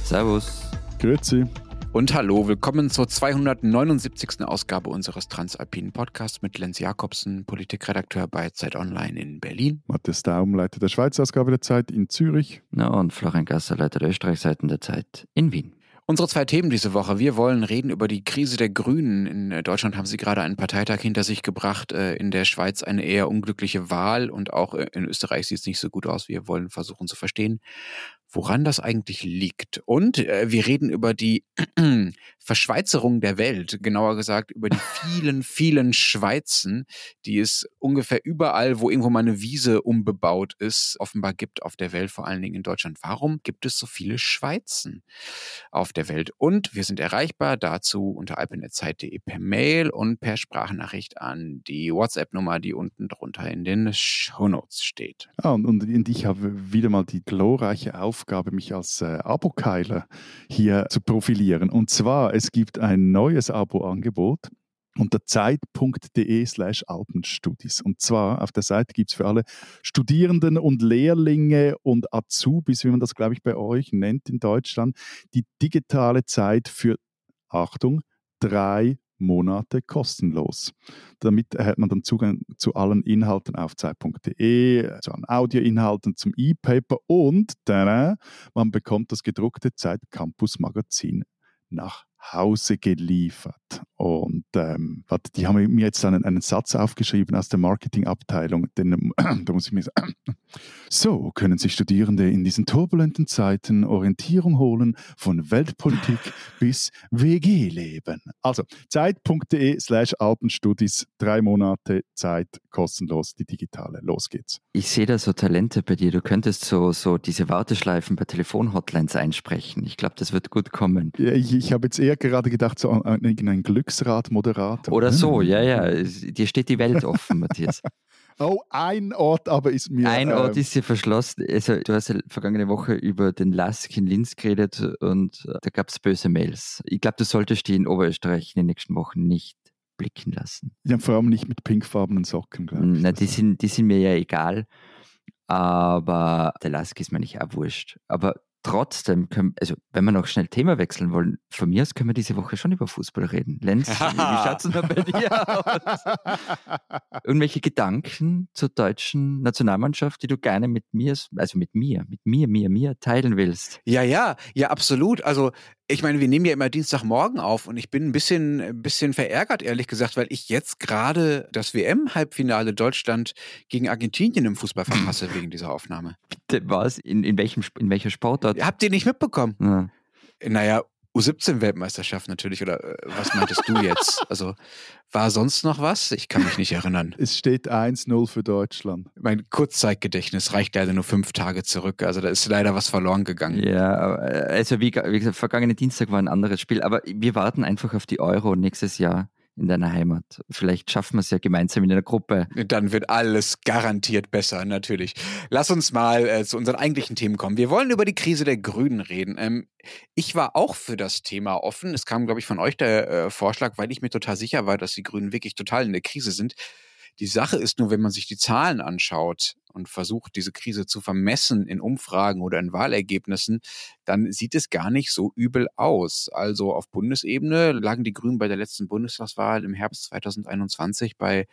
Servus. Grüezi. Und hallo, willkommen zur 279. Ausgabe unseres Transalpinen Podcasts mit Lenz Jakobsen, Politikredakteur bei Zeit Online in Berlin. Matthias Daum, Leiter der Schweizer Ausgabe der Zeit in Zürich. Und Florian Gasser, Leiter der Österreichseiten der Zeit in Wien. Unsere zwei Themen diese Woche. Wir wollen reden über die Krise der Grünen. In Deutschland haben sie gerade einen Parteitag hinter sich gebracht. In der Schweiz eine eher unglückliche Wahl und auch in Österreich sieht es nicht so gut aus. Wir wollen versuchen zu verstehen, woran das eigentlich liegt. Und wir reden über die Verschweizerung der Welt, genauer gesagt über die vielen, vielen Schweizen, die es ungefähr überall, wo irgendwo mal eine Wiese umbebaut ist, offenbar gibt auf der Welt, vor allen Dingen in Deutschland. Warum gibt es so viele Schweizen auf der Welt? Und wir sind erreichbar dazu unter alpenetzeit.de per Mail und per Sprachnachricht an die WhatsApp-Nummer, die unten drunter in den Shownotes steht. Und ich habe wieder mal die glorreiche Aufgabe, mich als Abokeiler hier zu profilieren. Und zwar, es gibt ein neues Abo-Angebot unter zeit.de/alpenstudis. Und zwar auf der Seite gibt es für alle Studierenden und Lehrlinge und Azubis, wie man das, glaube ich, bei euch nennt in Deutschland, die digitale Zeit für, Achtung, 3 Monate kostenlos. Damit erhält man dann Zugang zu allen Inhalten auf zeit.de, zu allen Audioinhalten, zum E-Paper und man bekommt das gedruckte Zeit Campus Magazin nach Hause geliefert. Und die haben mir jetzt einen Satz aufgeschrieben aus der Marketingabteilung, denn da muss ich mir sagen, so können sich Studierende in diesen turbulenten Zeiten Orientierung holen von Weltpolitik bis WG-Leben. Also zeit.de/alpenstudis, 3 Monate Zeit kostenlos, die digitale. Los geht's. Ich sehe da so Talente bei dir. Du könntest so diese Warteschleifen bei Telefonhotlines einsprechen. Ich glaube, das wird gut kommen. Ja, ich habe jetzt eher gerade gedacht, so an irgendeinen Glücksrad-Moderator. Oder so, ja. Dir steht die Welt offen, Matthias. Oh, ein Ort aber ist mir... Ein Ort ist dir verschlossen. Also, du hast ja vergangene Woche über den LASK in Linz geredet und da gab es böse Mails. Ich glaube, du solltest die in Oberösterreich in den nächsten Wochen nicht blicken lassen. Ja, vor allem nicht mit pinkfarbenen Socken, glaube ich. Na, die sind mir ja egal, aber der LASK ist mir nicht auch wurscht. Aber trotzdem, wenn wir noch schnell Thema wechseln wollen, von mir aus können wir diese Woche schon über Fußball reden. Lenz, wie schaut es denn da bei dir aus? Irgendwelche Gedanken zur deutschen Nationalmannschaft, die du gerne mit mir teilen willst? Ja, absolut. Also ich meine, wir nehmen ja immer Dienstagmorgen auf und ich bin ein bisschen verärgert, ehrlich gesagt, weil ich jetzt gerade das WM-Halbfinale Deutschland gegen Argentinien im Fußball verpasse wegen dieser Aufnahme. Bitte, was? In welcher Sportart? Habt ihr nicht mitbekommen? Ja. Naja, U17-Weltmeisterschaft natürlich, oder was meintest du jetzt? Also, war sonst noch was? Ich kann mich nicht erinnern. Es steht 1-0 für Deutschland. Mein Kurzzeitgedächtnis reicht leider nur 5 Tage zurück, also da ist leider was verloren gegangen. Ja, also wie gesagt, vergangenen Dienstag war ein anderes Spiel, aber wir warten einfach auf die Euro nächstes Jahr in deiner Heimat. Vielleicht schaffen wir es ja gemeinsam in einer Gruppe. Dann wird alles garantiert besser, natürlich. Lass uns mal zu unseren eigentlichen Themen kommen. Wir wollen über die Krise der Grünen reden. Ich war auch für das Thema offen. Es kam, glaube ich, von euch der Vorschlag, weil ich mir total sicher war, dass die Grünen wirklich total in der Krise sind. Die Sache ist nur, wenn man sich die Zahlen anschaut und versucht, diese Krise zu vermessen in Umfragen oder in Wahlergebnissen, dann sieht es gar nicht so übel aus. Also auf Bundesebene lagen die Grünen bei der letzten Bundestagswahl im Herbst 2021 bei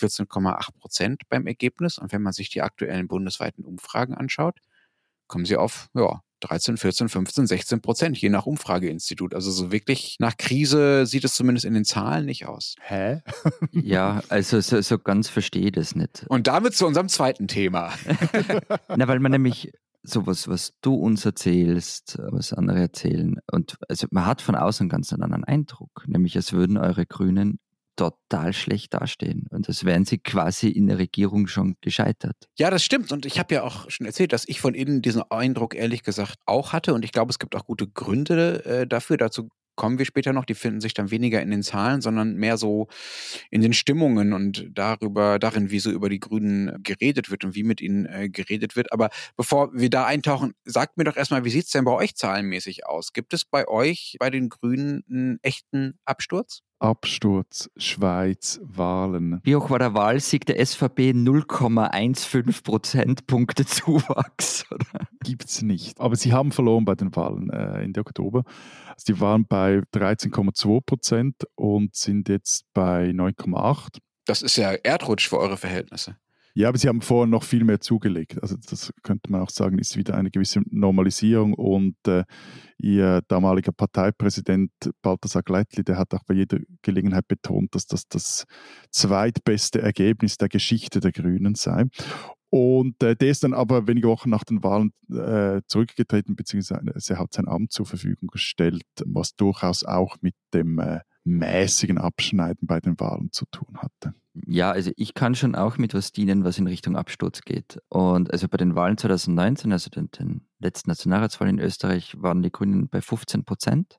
14,8% beim Ergebnis. Und wenn man sich die aktuellen bundesweiten Umfragen anschaut, kommen sie auf 13, 14, 15, 16%, je nach Umfrageinstitut. Also so wirklich nach Krise sieht es zumindest in den Zahlen nicht aus. Hä? Ja, also so ganz verstehe ich das nicht. Und damit zu unserem zweiten Thema. Na, weil man nämlich sowas, was du uns erzählst, was andere erzählen, und also man hat von außen ganz einen anderen Eindruck, nämlich als würden eure Grünen total schlecht dastehen und als wären sie quasi in der Regierung schon gescheitert. Ja, das stimmt, und ich habe ja auch schon erzählt, dass ich von innen diesen Eindruck ehrlich gesagt auch hatte, und ich glaube, es gibt auch gute Gründe dafür. Dazu kommen wir später noch. Die finden sich dann weniger in den Zahlen, sondern mehr so in den Stimmungen und darin, wie so über die Grünen geredet wird und wie mit ihnen geredet wird. Aber bevor wir da eintauchen, sagt mir doch erstmal, wie sieht es denn bei euch zahlenmäßig aus? Gibt es bei euch, bei den Grünen, einen echten Absturz? Absturz, Schweiz, Wahlen. Wie hoch war der Wahlsieg der SVP? 0,15 Prozentpunkte Zuwachs. Oder? Gibt's nicht. Aber sie haben verloren bei den Wahlen Ende Oktober. Also die waren bei 13,2% und sind jetzt bei 9,8%. Das ist ja Erdrutsch für eure Verhältnisse. Ja, aber sie haben vorher noch viel mehr zugelegt. Also das könnte man auch sagen, ist wieder eine gewisse Normalisierung. Und ihr damaliger Parteipräsident Balthasar Glättli, der hat auch bei jeder Gelegenheit betont, dass das das zweitbeste Ergebnis der Geschichte der Grünen sei. Und der ist dann aber wenige Wochen nach den Wahlen zurückgetreten, beziehungsweise er hat sein Amt zur Verfügung gestellt, was durchaus auch mit dem mäßigen Abschneiden bei den Wahlen zu tun hatte. Ja, also ich kann schon auch mit was dienen, was in Richtung Absturz geht. Und also bei den Wahlen 2019, also den letzten Nationalratswahlen in Österreich, waren die Grünen bei 15%.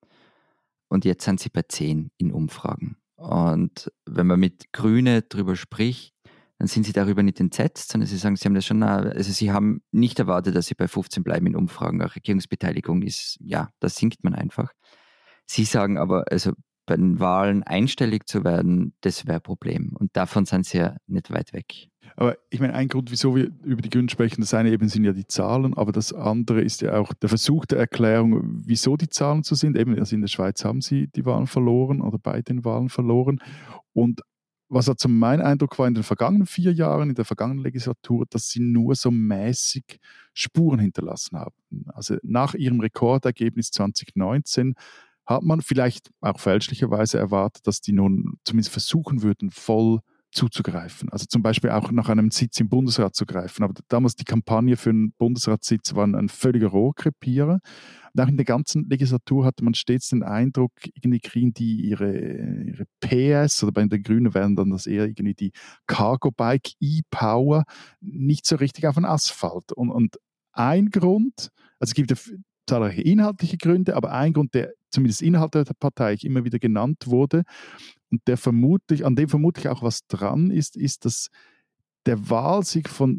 Und jetzt sind sie bei 10% in Umfragen. Und wenn man mit Grüne drüber spricht, dann sind sie darüber nicht entsetzt, sondern sie sagen, sie haben das schon, also sie haben nicht erwartet, dass sie bei 15 bleiben in Umfragen. Auch Regierungsbeteiligung ist, ja, da sinkt man einfach. Sie sagen aber, also bei den Wahlen einstellig zu werden, das wäre ein Problem. Und davon sind sie ja nicht weit weg. Aber ich meine, ein Grund, wieso wir über die Grünen sprechen, das eine eben sind ja die Zahlen, aber das andere ist ja auch der Versuch der Erklärung, wieso die Zahlen so sind. Eben, also in der Schweiz haben sie die Wahlen verloren oder bei den Wahlen verloren. Und was also mein Eindruck war in den vergangenen 4 Jahren, in der vergangenen Legislatur, dass sie nur so mäßig Spuren hinterlassen haben. Also nach ihrem Rekordergebnis 2019 hat man vielleicht auch fälschlicherweise erwartet, dass die nun zumindest versuchen würden, voll zuzugreifen. Also zum Beispiel auch nach einem Sitz im Bundesrat zu greifen. Aber damals die Kampagne für einen Bundesratssitz war ein völliger Rohrkrepierer. Und auch in der ganzen Legislatur hatte man stets den Eindruck, irgendwie kriegen die ihre PS, oder bei den Grünen wären dann das eher irgendwie die Cargo-Bike E-Power, nicht so richtig auf den Asphalt. Und ein Grund, also es gibt ja zahlreiche inhaltliche Gründe, aber ein Grund, der zumindest innerhalb der Partei immer wieder genannt wurde und an dem vermutlich auch was dran ist, dass der Wahlsieg von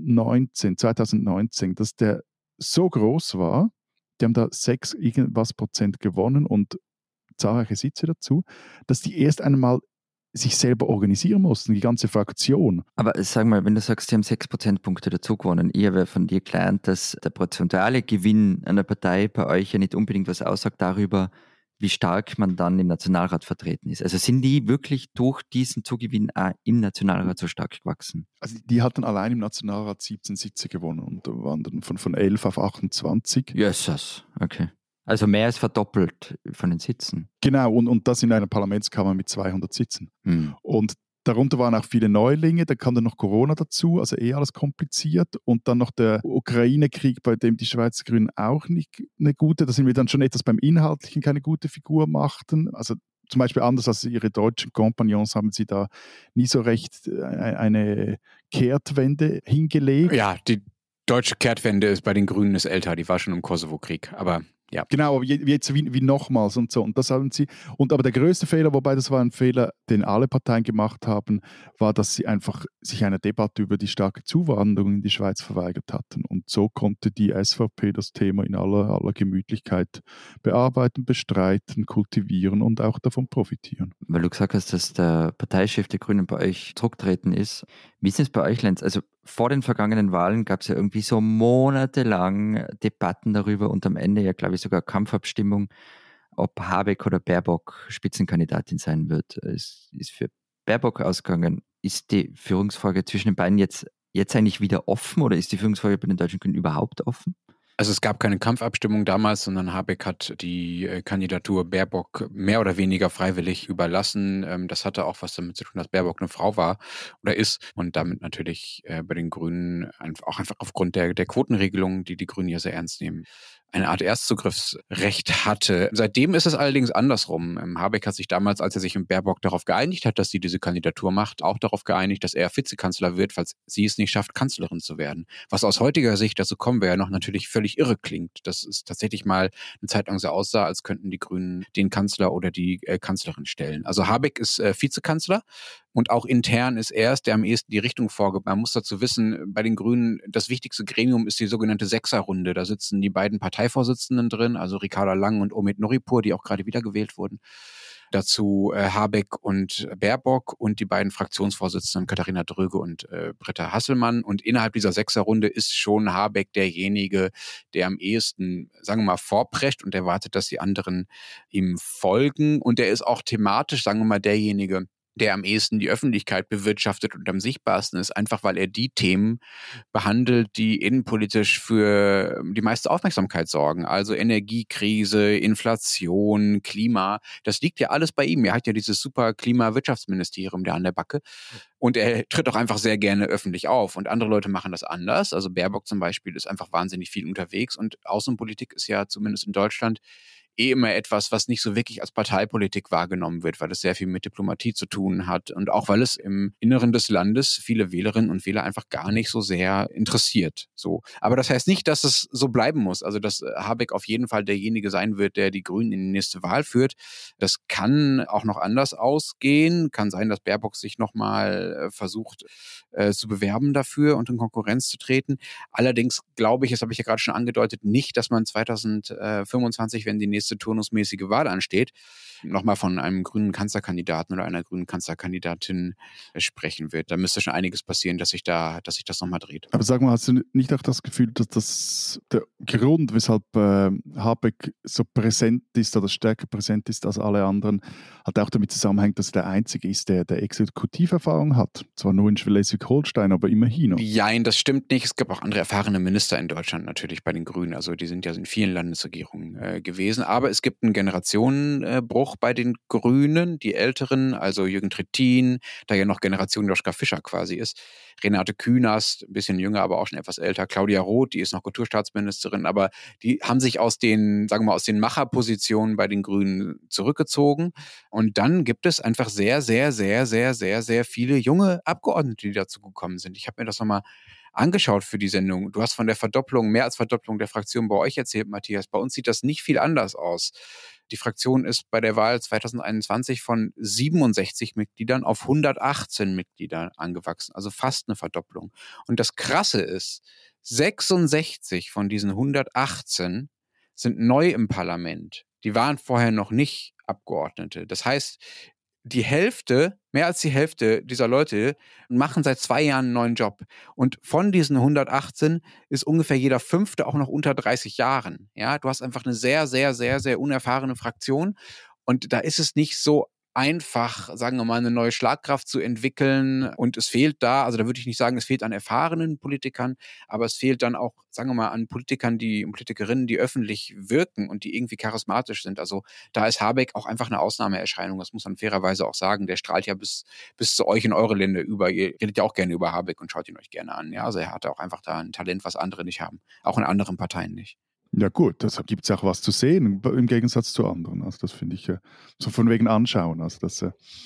2019, dass der so groß war, die haben da 6 irgendwas Prozent gewonnen und zahlreiche Sitze dazu, dass die erst einmal sich selber organisieren mussten, die ganze Fraktion. Aber sag mal, wenn du sagst, sie haben 6 Prozentpunkte dazu gewonnen, ich habe von dir gelernt, dass der prozentuale Gewinn einer Partei bei euch ja nicht unbedingt was aussagt darüber, wie stark man dann im Nationalrat vertreten ist. Also sind die wirklich durch diesen Zugewinn auch im Nationalrat so stark gewachsen? Also die hatten allein im Nationalrat 17 Sitze gewonnen und waren dann von 11 auf 28. Jesus, okay. Also mehr als verdoppelt von den Sitzen. Genau, und das in einer Parlamentskammer mit 200 Sitzen. Und darunter waren auch viele Neulinge, da kam dann noch Corona dazu, also alles kompliziert. Und dann noch der Ukraine-Krieg, bei dem die Schweizer Grünen auch nicht eine gute, da sind wir dann schon etwas beim Inhaltlichen keine gute Figur machten. Also zum Beispiel anders als ihre deutschen Kompagnons haben sie da nie so recht eine Kehrtwende hingelegt. Ja, die deutsche Kehrtwende ist bei den Grünen ist älter, die war schon im Kosovo-Krieg, aber ja. Genau, aber jetzt wie nochmals und so. Und das haben sie. Aber der größte Fehler, wobei das war ein Fehler, den alle Parteien gemacht haben, war, dass sie einfach sich einer Debatte über die starke Zuwanderung in die Schweiz verweigert hatten. Und so konnte die SVP das Thema in aller Gemütlichkeit bearbeiten, bestreiten, kultivieren und auch davon profitieren. Weil du gesagt hast, dass der Parteichef der Grünen bei euch zurückgetreten ist. Wie ist es bei euch, Lenz? Also vor den vergangenen Wahlen gab es ja irgendwie so monatelang Debatten darüber und am Ende ja, glaube ich, sogar Kampfabstimmung, ob Habeck oder Baerbock Spitzenkandidatin sein wird. Es ist für Baerbock ausgegangen. Ist die Führungsfrage zwischen den beiden jetzt eigentlich wieder offen oder ist die Führungsfrage bei den deutschen Grünen überhaupt offen? Also es gab keine Kampfabstimmung damals, sondern Habeck hat die Kandidatur Baerbock mehr oder weniger freiwillig überlassen. Das hatte auch was damit zu tun, dass Baerbock eine Frau war oder ist und damit natürlich bei den Grünen auch einfach aufgrund der Quotenregelung, die Grünen ja sehr ernst nehmen, eine Art Erstzugriffsrecht hatte. Seitdem ist es allerdings andersrum. Habeck hat sich damals, als er sich mit Baerbock darauf geeinigt hat, dass sie diese Kandidatur macht, auch darauf geeinigt, dass er Vizekanzler wird, falls sie es nicht schafft, Kanzlerin zu werden. Was aus heutiger Sicht, dazu kommen wir ja noch, natürlich völlig irre klingt. Dass es tatsächlich mal eine Zeit lang so aussah, als könnten die Grünen den Kanzler oder die Kanzlerin stellen. Also Habeck ist Vizekanzler. Und auch intern ist er es, der am ehesten die Richtung vorgibt. Man muss dazu wissen, bei den Grünen, das wichtigste Gremium ist die sogenannte Sechserrunde. Da sitzen die beiden Parteivorsitzenden drin, also Ricarda Lang und Omid Nuripur, die auch gerade wiedergewählt wurden. dazu Habeck und Baerbock und die beiden Fraktionsvorsitzenden Katharina Dröge und Britta Hasselmann. Und innerhalb dieser Sechserrunde ist schon Habeck derjenige, der am ehesten, sagen wir mal, vorprescht und erwartet, dass die anderen ihm folgen. Und er ist auch thematisch, sagen wir mal, derjenige, der am ehesten die Öffentlichkeit bewirtschaftet und am sichtbarsten ist, einfach weil er die Themen behandelt, die innenpolitisch für die meiste Aufmerksamkeit sorgen. Also Energiekrise, Inflation, Klima, das liegt ja alles bei ihm. Er hat ja dieses super Klimawirtschaftsministerium da an der Backe. Und er tritt auch einfach sehr gerne öffentlich auf. Und andere Leute machen das anders. Also Baerbock zum Beispiel ist einfach wahnsinnig viel unterwegs. Und Außenpolitik ist ja zumindest in Deutschland immer etwas, was nicht so wirklich als Parteipolitik wahrgenommen wird, weil es sehr viel mit Diplomatie zu tun hat und auch weil es im Inneren des Landes viele Wählerinnen und Wähler einfach gar nicht so sehr interessiert. So. Aber das heißt nicht, dass es so bleiben muss. Also, dass Habeck auf jeden Fall derjenige sein wird, der die Grünen in die nächste Wahl führt. Das kann auch noch anders ausgehen. Kann sein, dass Baerbock sich nochmal versucht zu bewerben dafür und in Konkurrenz zu treten. Allerdings glaube ich, das habe ich ja gerade schon angedeutet, nicht, dass man 2025, wenn die nächste turnusmäßige Wahl ansteht, nochmal von einem grünen Kanzlerkandidaten oder einer grünen Kanzlerkandidatin sprechen wird. Da müsste schon einiges passieren, dass sich das nochmal dreht. Aber sag mal, hast du nicht auch das Gefühl, dass das der Grund, weshalb Habeck so präsent ist oder stärker präsent ist als alle anderen, halt auch damit zusammenhängt, dass er der Einzige ist, der Exekutiverfahrung hat? Zwar nur in Schleswig-Holstein, aber immerhin. Nein, das stimmt nicht. Es gibt auch andere erfahrene Minister in Deutschland natürlich bei den Grünen. Also die sind ja in vielen Landesregierungen gewesen. Aber es gibt einen Generationenbruch bei den Grünen. Die Älteren, also Jürgen Trittin, da ja noch Generation Joschka Fischer quasi ist. Renate Künast, ein bisschen jünger, aber auch schon etwas älter. Claudia Roth, die ist noch Kulturstaatsministerin. Aber die haben sich aus den, sagen wir mal, aus den Macherpositionen bei den Grünen zurückgezogen. Und dann gibt es einfach sehr, sehr, sehr, sehr, sehr, sehr viele junge Abgeordnete, die dazu gekommen sind. Ich habe mir das nochmal angeschaut für die Sendung. Du hast von der Verdopplung, mehr als Verdopplung der Fraktion bei euch erzählt, Matthias. Bei uns sieht das nicht viel anders aus. Die Fraktion ist bei der Wahl 2021 von 67 Mitgliedern auf 118 Mitglieder angewachsen. Also fast eine Verdopplung. Und das Krasse ist, 66 von diesen 118 sind neu im Parlament. Die waren vorher noch nicht Abgeordnete. Das heißt, die Hälfte, mehr als die Hälfte dieser Leute machen seit 2 Jahren einen neuen Job. Und von diesen 118 ist ungefähr jeder 5. auch noch unter 30 Jahren. Ja, du hast einfach eine sehr, sehr, sehr, sehr unerfahrene Fraktion. Und da ist es nicht so einfach, sagen wir mal, eine neue Schlagkraft zu entwickeln. Und es fehlt da, also da würde ich nicht sagen, es fehlt an erfahrenen Politikern, aber es fehlt dann auch, sagen wir mal, an Politikern und Politikerinnen, die öffentlich wirken und die irgendwie charismatisch sind. Also da ist Habeck auch einfach eine Ausnahmeerscheinung. Das muss man fairerweise auch sagen. Der strahlt ja bis zu euch in eure Länder über. Ihr redet ja auch gerne über Habeck und schaut ihn euch gerne an. Ja, also er hatte auch einfach da ein Talent, was andere nicht haben. Auch in anderen Parteien nicht. Ja gut, deshalb gibt es auch was zu sehen, im Gegensatz zu anderen. Also das finde ich so von wegen anschauen. Also das,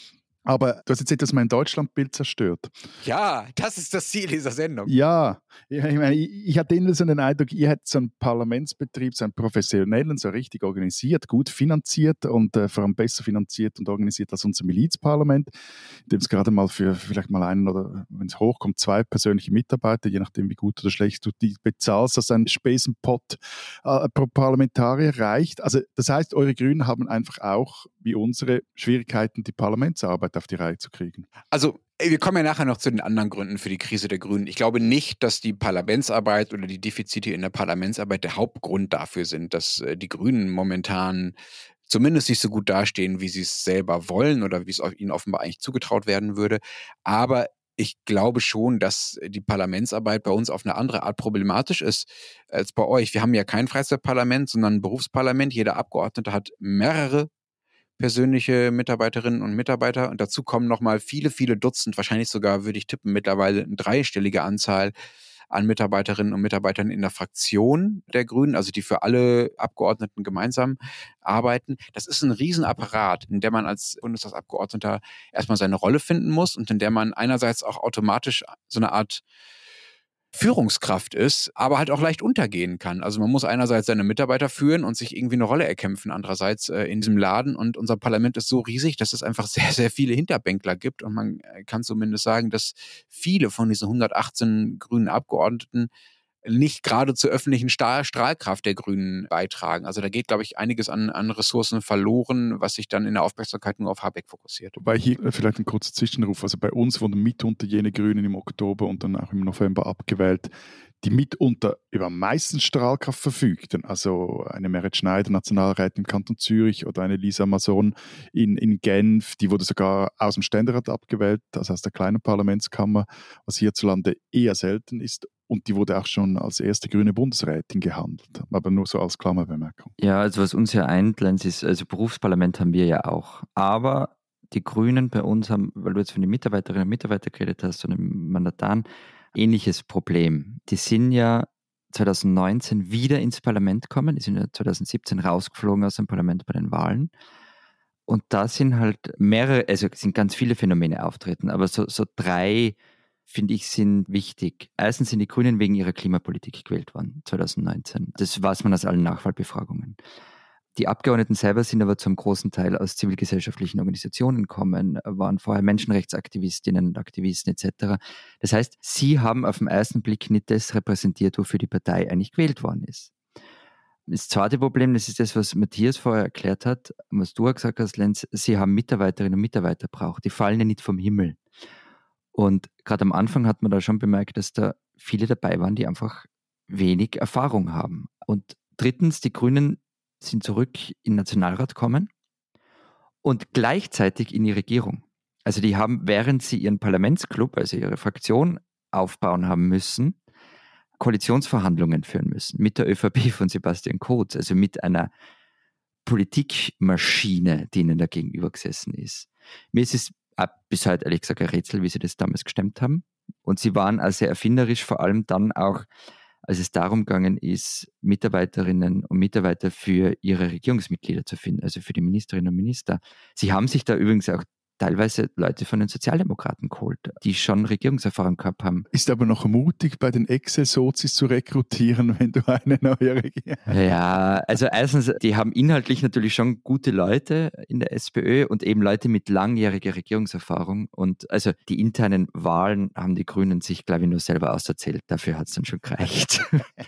aber du hast jetzt etwas mein Deutschlandbild zerstört. Ja, das ist das Ziel dieser Sendung. Ja, ich meine, ich hatte immer so den Eindruck, ihr hättet so einen Parlamentsbetrieb, so einen professionellen, so richtig organisiert, gut finanziert und vor allem besser finanziert und organisiert als unser Milizparlament, in dem es gerade mal für vielleicht mal einen oder, wenn es hochkommt, 2 persönliche Mitarbeiter, je nachdem wie gut oder schlecht du die bezahlst, dass ein Spesenpott pro Parlamentarier reicht. Also das heißt, eure Grünen haben einfach auch, wie unsere, Schwierigkeiten, die Parlamentsarbeit auf die Reihe zu kriegen. Also wir kommen ja nachher noch zu den anderen Gründen für die Krise der Grünen. Ich glaube nicht, dass die Parlamentsarbeit oder die Defizite in der Parlamentsarbeit der Hauptgrund dafür sind, dass die Grünen momentan zumindest nicht so gut dastehen, wie sie es selber wollen oder wie es ihnen offenbar eigentlich zugetraut werden würde. Aber ich glaube schon, dass die Parlamentsarbeit bei uns auf eine andere Art problematisch ist als bei euch. Wir haben ja kein Freizeitparlament, sondern ein Berufsparlament. Jeder Abgeordnete hat mehrere persönliche Mitarbeiterinnen und Mitarbeiter und dazu kommen nochmal viele, viele Dutzend, wahrscheinlich sogar, würde ich tippen, mittlerweile eine 3-stellige Anzahl an Mitarbeiterinnen und Mitarbeitern in der Fraktion der Grünen, also die für alle Abgeordneten gemeinsam arbeiten. Das ist ein Riesenapparat, in der man als Bundestagsabgeordneter erstmal seine Rolle finden muss und in der man einerseits auch automatisch so eine Art Führungskraft ist, aber halt auch leicht untergehen kann. Also man muss einerseits seine Mitarbeiter führen und sich irgendwie eine Rolle erkämpfen, andererseits in diesem Laden. Und unser Parlament ist so riesig, dass es einfach sehr, sehr viele Hinterbänkler gibt. Und man kann zumindest sagen, dass viele von diesen 118 grünen Abgeordneten nicht gerade zur öffentlichen Strahlkraft der Grünen beitragen. Also da geht, glaube ich, einiges an Ressourcen verloren, was sich dann in der Aufmerksamkeit nur auf Habeck fokussiert. Wobei hier vielleicht ein kurzer Zwischenruf. Also bei uns wurden mitunter jene Grünen im Oktober und dann auch im November abgewählt, die mitunter über am meisten Strahlkraft verfügten. Also eine Merit Schneider, Nationalrätin im Kanton Zürich, oder eine Lisa Mason in Genf, die wurde sogar aus dem Ständerat abgewählt, also aus der kleinen Parlamentskammer, was hierzulande eher selten ist. Und die wurde auch schon als erste grüne Bundesrätin gehandelt. Aber nur so als Klammerbemerkung. Ja, also was uns ja eint, Lenz, ist, also Berufsparlament haben wir ja auch. Aber die Grünen bei uns haben, weil du jetzt von den Mitarbeiterinnen und Mitarbeitern geredet hast und den Mandataren, ähnliches Problem. Die sind ja 2019 wieder ins Parlament gekommen, die sind ja 2017 rausgeflogen aus dem Parlament bei den Wahlen. Und da sind halt sind ganz viele Phänomene auftreten, aber so drei, finde ich, sind wichtig. Erstens sind die Grünen wegen ihrer Klimapolitik gewählt worden, 2019. Das weiß man aus allen Nachwahlbefragungen. Die Abgeordneten selber sind aber zum großen Teil aus zivilgesellschaftlichen Organisationen gekommen, waren vorher Menschenrechtsaktivistinnen und Aktivisten etc. Das heißt, sie haben auf den ersten Blick nicht das repräsentiert, wofür die Partei eigentlich gewählt worden ist. Das zweite Problem, das ist das, was Matthias vorher erklärt hat, was du auch gesagt hast, Lenz, sie haben Mitarbeiterinnen und Mitarbeiter braucht. Die fallen ja nicht vom Himmel. Und gerade am Anfang hat man da schon bemerkt, dass da viele dabei waren, die einfach wenig Erfahrung haben. Und drittens, die Grünen sind zurück in den Nationalrat gekommen und gleichzeitig in die Regierung. Also die haben, während sie ihren Parlamentsclub, also ihre Fraktion aufbauen haben müssen, Koalitionsverhandlungen führen müssen mit der ÖVP von Sebastian Kurz, also mit einer Politikmaschine, die ihnen da gegenüber gesessen ist. Mir ist es bis heute ehrlich gesagt ein Rätsel, wie sie das damals gestemmt haben. Und sie waren also sehr erfinderisch, vor allem dann auch, als es darum gegangen ist, Mitarbeiterinnen und Mitarbeiter für ihre Regierungsmitglieder zu finden, also für die Ministerinnen und Minister. Sie haben sich da übrigens auch teilweise Leute von den Sozialdemokraten geholt, die schon Regierungserfahrung gehabt haben. Ist aber noch mutig, bei den Excel-Sozis zu rekrutieren, wenn du eine neue Regierung hast. Ja, also erstens, die haben inhaltlich natürlich schon gute Leute in der SPÖ und eben Leute mit langjähriger Regierungserfahrung. Und also die internen Wahlen haben die Grünen sich, glaube ich, nur selber auserzählt. Dafür hat es dann schon gereicht.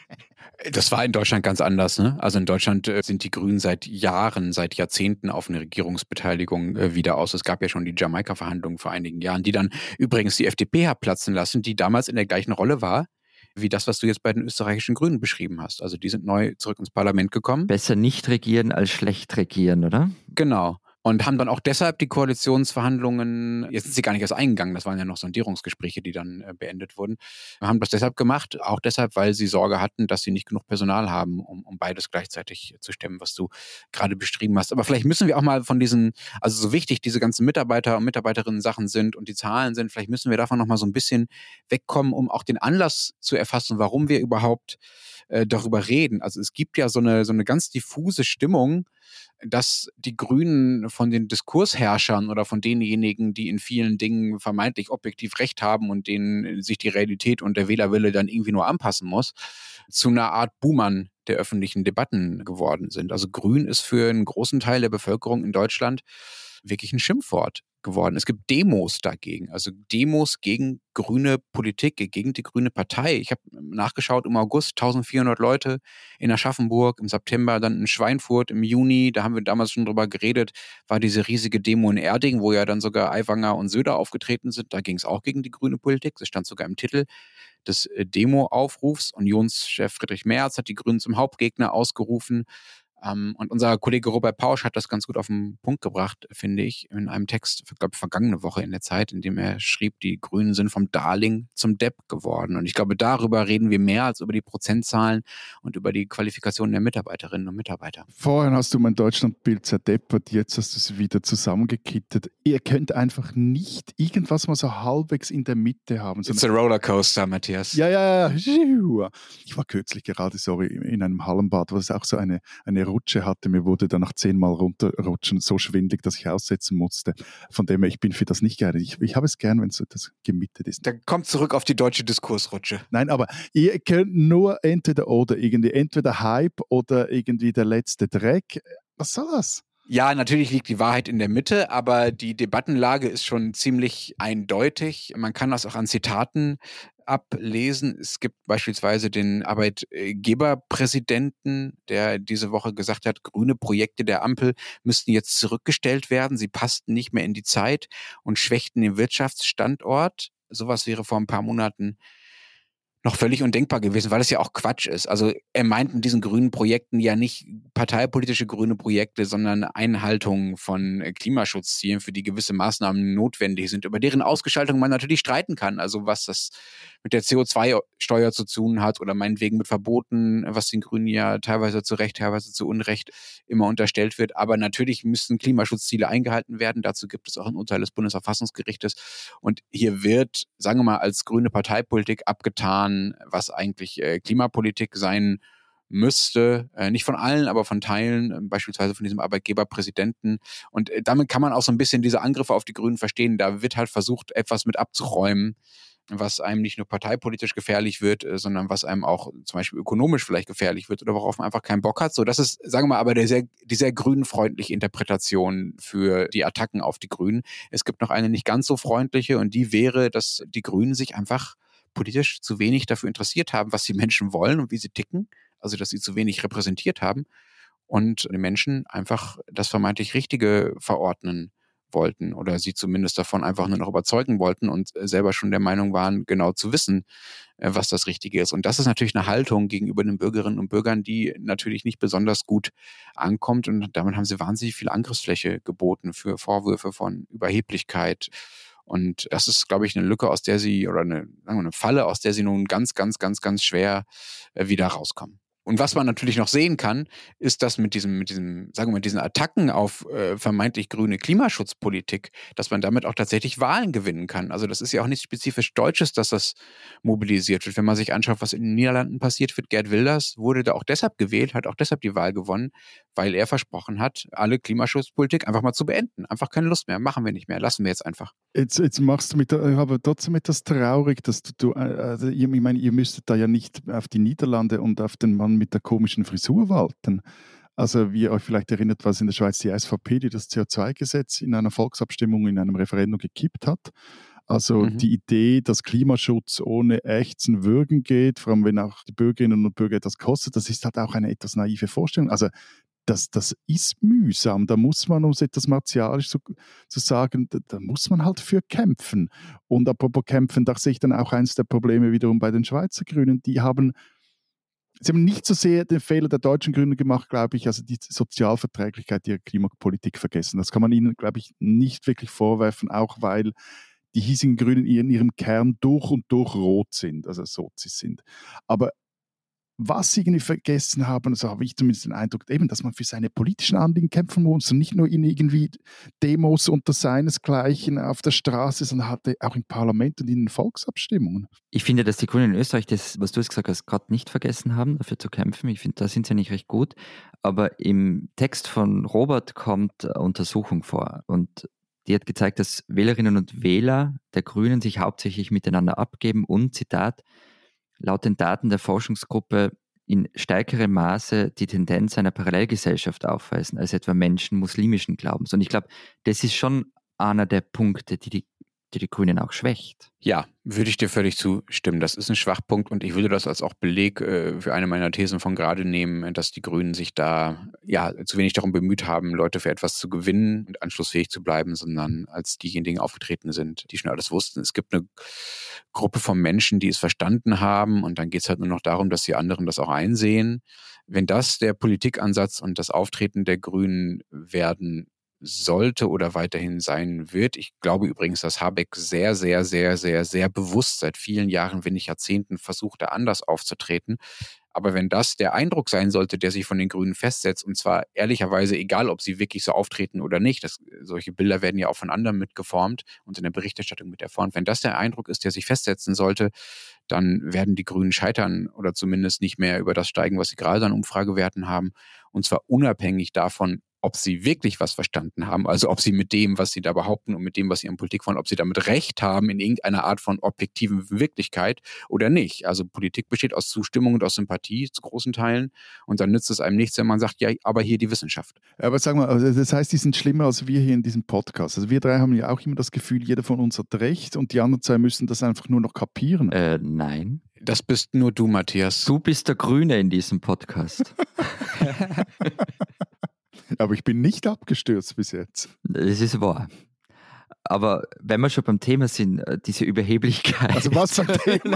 Das war in Deutschland ganz anders, ne? Also in Deutschland sind die Grünen seit Jahren, seit Jahrzehnten auf eine Regierungsbeteiligung wieder aus. Es gab ja schon die Jamaika-Verhandlungen vor einigen Jahren, die dann übrigens die FDP hat platzen lassen, die damals in der gleichen Rolle war, wie das, was du jetzt bei den österreichischen Grünen beschrieben hast. Also die sind neu zurück ins Parlament gekommen. Besser nicht regieren als schlecht regieren, oder? Genau. Und haben dann auch deshalb die Koalitionsverhandlungen, jetzt sind sie gar nicht erst eingegangen, das waren ja noch Sondierungsgespräche, die dann beendet wurden, haben das deshalb gemacht, auch deshalb, weil sie Sorge hatten, dass sie nicht genug Personal haben, um beides gleichzeitig zu stemmen, was du gerade beschrieben hast. Aber vielleicht müssen wir auch mal von diesen, also so wichtig diese ganzen Mitarbeiter und Mitarbeiterinnen Sachen sind und die Zahlen sind, vielleicht müssen wir davon noch mal so ein bisschen wegkommen, um auch den Anlass zu erfassen, warum wir überhaupt darüber reden. Also es gibt ja so eine ganz diffuse Stimmung, dass die Grünen von den Diskursherrschern oder von denjenigen, die in vielen Dingen vermeintlich objektiv Recht haben und denen sich die Realität und der Wählerwille dann irgendwie nur anpassen muss, zu einer Art Buhmann der öffentlichen Debatten geworden sind. Also Grün ist für einen großen Teil der Bevölkerung in Deutschland wirklich ein Schimpfwort geworden. Es gibt Demos dagegen, also Demos gegen grüne Politik, gegen die grüne Partei. Ich habe nachgeschaut, im August 1400 Leute in Aschaffenburg, im September dann in Schweinfurt, im Juni, da haben wir damals schon drüber geredet, war diese riesige Demo in Erding, wo ja dann sogar Aiwanger und Söder aufgetreten sind. Da ging es auch gegen die grüne Politik. Das stand sogar im Titel des Demo-Aufrufs. Unionschef Friedrich Merz hat die Grünen zum Hauptgegner ausgerufen. Und unser Kollege Robert Pausch hat das ganz gut auf den Punkt gebracht, finde ich, in einem Text, ich glaube, vergangene Woche in der Zeit, in dem er schrieb, die Grünen sind vom Darling zum Depp geworden. Und ich glaube, darüber reden wir mehr als über die Prozentzahlen und über die Qualifikationen der Mitarbeiterinnen und Mitarbeiter. Vorher hast du mein Deutschlandbild zerdeppert, jetzt hast du es wieder zusammengekittet. Ihr könnt einfach nicht irgendwas mal so halbwegs in der Mitte haben. It's a Rollercoaster, Matthias. Ja. Ich war kürzlich gerade, in einem Hallenbad, wo es auch so eine Rutsche hatte. Mir wurde dann nach 10 Mal runterrutschen so schwindelig, dass ich aussetzen musste. Von dem her, ich bin für das nicht gerne. Ich habe es gern, wenn so das gemittet ist. Dann kommt zurück auf die deutsche Diskursrutsche. Nein, aber ihr könnt nur entweder oder irgendwie, entweder Hype oder irgendwie der letzte Dreck. Was soll das? Ja, natürlich liegt die Wahrheit in der Mitte, aber die Debattenlage ist schon ziemlich eindeutig. Man kann das auch an Zitaten ablesen. Es gibt beispielsweise den Arbeitgeberpräsidenten, der diese Woche gesagt hat, grüne Projekte der Ampel müssten jetzt zurückgestellt werden. Sie passten nicht mehr in die Zeit und schwächten den Wirtschaftsstandort. Sowas wäre vor ein paar Monaten noch völlig undenkbar gewesen, weil es ja auch Quatsch ist. Also er meint mit diesen grünen Projekten ja nicht parteipolitische grüne Projekte, sondern Einhaltung von Klimaschutzzielen, für die gewisse Maßnahmen notwendig sind, über deren Ausgestaltung man natürlich streiten kann. Also was das mit der CO2-Steuer zu tun hat oder meinetwegen mit Verboten, was den Grünen ja teilweise zu Recht, teilweise zu Unrecht immer unterstellt wird. Aber natürlich müssen Klimaschutzziele eingehalten werden. Dazu gibt es auch ein Urteil des Bundesverfassungsgerichtes. Und hier wird, sagen wir mal, als grüne Parteipolitik abgetan, was eigentlich Klimapolitik sein müsste, nicht von allen, aber von Teilen, beispielsweise von diesem Arbeitgeberpräsidenten. Und damit kann man auch so ein bisschen diese Angriffe auf die Grünen verstehen. Da wird halt versucht, etwas mit abzuräumen, was einem nicht nur parteipolitisch gefährlich wird, sondern was einem auch zum Beispiel ökonomisch vielleicht gefährlich wird oder worauf man einfach keinen Bock hat. So, das ist, sagen wir mal, aber die sehr grünenfreundliche Interpretation für die Attacken auf die Grünen. Es gibt noch eine nicht ganz so freundliche und die wäre, dass die Grünen sich einfach politisch zu wenig dafür interessiert haben, was die Menschen wollen und wie sie ticken. Also, dass sie zu wenig repräsentiert haben und den Menschen einfach das vermeintlich Richtige verordnen wollten oder sie zumindest davon einfach nur noch überzeugen wollten und selber schon der Meinung waren, genau zu wissen, was das Richtige ist. Und das ist natürlich eine Haltung gegenüber den Bürgerinnen und Bürgern, die natürlich nicht besonders gut ankommt. Und damit haben sie wahnsinnig viel Angriffsfläche geboten für Vorwürfe von Überheblichkeit. Und das ist, glaube ich, eine Lücke, aus der sie, oder sagen wir, eine Falle, aus der sie nun ganz, ganz, ganz, ganz schwer wieder rauskommen. Und was man natürlich noch sehen kann, ist, dass mit diesem, sagen wir mal, diesen Attacken auf vermeintlich grüne Klimaschutzpolitik, dass man damit auch tatsächlich Wahlen gewinnen kann. Also das ist ja auch nichts spezifisch Deutsches, dass das mobilisiert wird. Wenn man sich anschaut, was in den Niederlanden passiert wird, Geert Wilders wurde da auch deshalb gewählt, hat auch deshalb die Wahl gewonnen, weil er versprochen hat, alle Klimaschutzpolitik einfach mal zu beenden. Einfach keine Lust mehr, machen wir nicht mehr, lassen wir jetzt einfach. Jetzt machst du aber trotzdem etwas traurig, dass also ich meine, ihr müsstet da ja nicht auf die Niederlande und auf den Mann mit der komischen Frisur warten. Also wie ihr euch vielleicht erinnert, war es in der Schweiz die SVP, die das CO2-Gesetz in einer Volksabstimmung, in einem Referendum gekippt hat. Also die Idee, dass Klimaschutz ohne Ächzen, Würgen geht, vor allem wenn auch die Bürgerinnen und Bürger etwas kostet, das ist halt auch eine etwas naive Vorstellung. Also das ist mühsam. Da muss man, um es etwas martialisch zu sagen, da muss man halt für kämpfen. Und apropos kämpfen, da sehe ich dann auch eines der Probleme wiederum bei den Schweizer Grünen. Sie haben nicht so sehr den Fehler der deutschen Grünen gemacht, glaube ich, also die Sozialverträglichkeit ihrer Klimapolitik vergessen. Das kann man ihnen, glaube ich, nicht wirklich vorwerfen, auch weil die hiesigen Grünen in ihrem Kern durch und durch rot sind, also Sozis sind. Aber was sie irgendwie vergessen haben, so habe ich zumindest den Eindruck, eben, dass man für seine politischen Anliegen kämpfen muss und nicht nur in irgendwie Demos unter seinesgleichen auf der Straße, sondern halt auch im Parlament und in den Volksabstimmungen. Ich finde, dass die Grünen in Österreich das, was du jetzt gesagt hast, gerade nicht vergessen haben, dafür zu kämpfen. Ich finde, da sind sie nicht recht gut. Aber im Text von Robert kommt Untersuchung vor und die hat gezeigt, dass Wählerinnen und Wähler der Grünen sich hauptsächlich miteinander abgeben und, Zitat, laut den Daten der Forschungsgruppe in stärkerem Maße die Tendenz einer Parallelgesellschaft aufweisen, als etwa Menschen muslimischen Glaubens. Und ich glaube, das ist schon einer der Punkte, die Grünen auch schwächt. Ja, würde ich dir völlig zustimmen. Das ist ein Schwachpunkt und ich würde das als auch Beleg für eine meiner Thesen von gerade nehmen, dass die Grünen sich da ja zu wenig darum bemüht haben, Leute für etwas zu gewinnen und anschlussfähig zu bleiben, sondern als diejenigen aufgetreten sind, die schon alles wussten. Es gibt eine Gruppe von Menschen, die es verstanden haben und dann geht es halt nur noch darum, dass die anderen das auch einsehen. Wenn das der Politikansatz und das Auftreten der Grünen werden sollte oder weiterhin sein wird. Ich glaube übrigens, dass Habeck sehr, sehr, sehr, sehr, sehr bewusst seit vielen Jahren, wenn nicht Jahrzehnten, versucht, da anders aufzutreten. Aber wenn das der Eindruck sein sollte, der sich von den Grünen festsetzt, und zwar ehrlicherweise egal, ob sie wirklich so auftreten oder nicht, solche Bilder werden ja auch von anderen mitgeformt und in der Berichterstattung mit erformt. Wenn das der Eindruck ist, der sich festsetzen sollte, dann werden die Grünen scheitern oder zumindest nicht mehr über das steigen, was sie gerade an Umfragewerten haben. Und zwar unabhängig davon, ob sie wirklich was verstanden haben, also ob sie mit dem, was sie da behaupten und mit dem, was sie in Politik wollen, ob sie damit Recht haben in irgendeiner Art von objektiven Wirklichkeit oder nicht. Also Politik besteht aus Zustimmung und aus Sympathie zu großen Teilen und dann nützt es einem nichts, wenn man sagt, ja, aber hier die Wissenschaft. Aber sag mal, also das heißt, die sind schlimmer als wir hier in diesem Podcast. Also wir drei haben ja auch immer das Gefühl, jeder von uns hat Recht und die anderen zwei müssen das einfach nur noch kapieren. Nein. Das bist nur du, Matthias. Du bist der Grüne in diesem Podcast. Aber ich bin nicht abgestürzt bis jetzt. Das ist wahr. Aber wenn wir schon beim Thema sind, diese Überheblichkeit. Also was für ein Thema?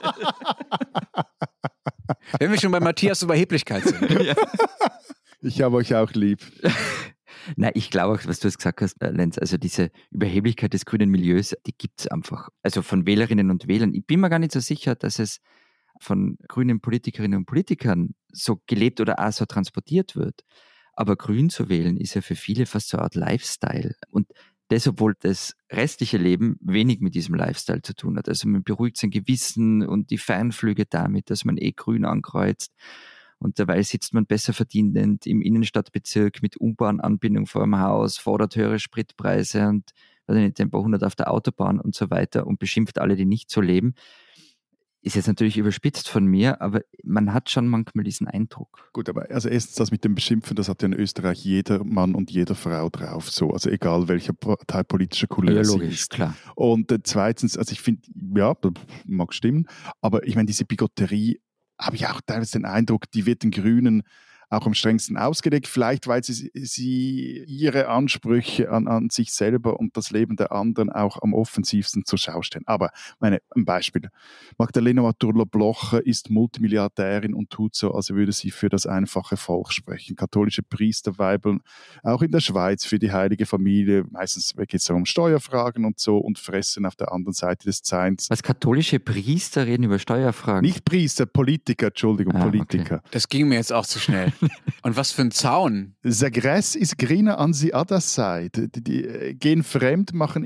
Wenn wir schon bei Matthias Überheblichkeit sind. Ja. Ich habe euch auch lieb. Nein, ich glaube auch, was du jetzt gesagt hast, Lenz, also diese Überheblichkeit des grünen Milieus, die gibt es einfach. Also von Wählerinnen und Wählern. Ich bin mir gar nicht so sicher, dass es von grünen Politikerinnen und Politikern so gelebt oder auch so transportiert wird. Aber grün zu wählen ist ja für viele fast so eine Art Lifestyle. Und das, obwohl das restliche Leben wenig mit diesem Lifestyle zu tun hat. Also man beruhigt sein Gewissen und die Fernflüge damit, dass man grün ankreuzt. Und dabei sitzt man besser verdienend im Innenstadtbezirk mit U-Bahn-Anbindung vor dem Haus, fordert höhere Spritpreise und Tempo 100 auf der Autobahn und so weiter und beschimpft alle, die nicht so leben. Ist jetzt natürlich überspitzt von mir, aber man hat schon manchmal diesen Eindruck. Gut, aber also erstens das mit dem Beschimpfen, das hat ja in Österreich jeder Mann und jede Frau drauf, so, also egal welcher parteipolitische Couleur sie ist. Klar. Und zweitens, also ich finde, ja, mag stimmen, aber ich meine, diese Bigotterie, habe ich auch teilweise den Eindruck, die wird den Grünen auch am strengsten ausgelegt, vielleicht weil sie ihre Ansprüche an sich selber und das Leben der anderen auch am offensivsten zur Schau stellen. Aber ein Beispiel. Magdalena Maturlo-Blocher ist Multimilliardärin und tut so, als würde sie für das einfache Volk sprechen. Katholische Priester weibeln auch in der Schweiz für die heilige Familie. Meistens geht es um Steuerfragen und so und fressen auf der anderen Seite des Zains. Was, katholische Priester reden über Steuerfragen? Nicht Priester, Politiker, Entschuldigung, Politiker. Okay. Das ging mir jetzt auch zu schnell. Und was für ein Zaun. Sagres ist griner an sie other side. Die gehen fremd, machen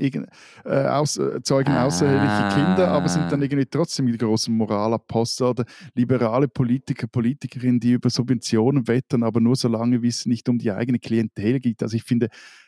zeugen außereheliche Kinder, aber sind dann irgendwie trotzdem die großen Moralapostel oder liberale Politiker, Politikerinnen, die über Subventionen wettern, aber nur solange, wie es nicht um die eigene Klientel geht. Also ich finde,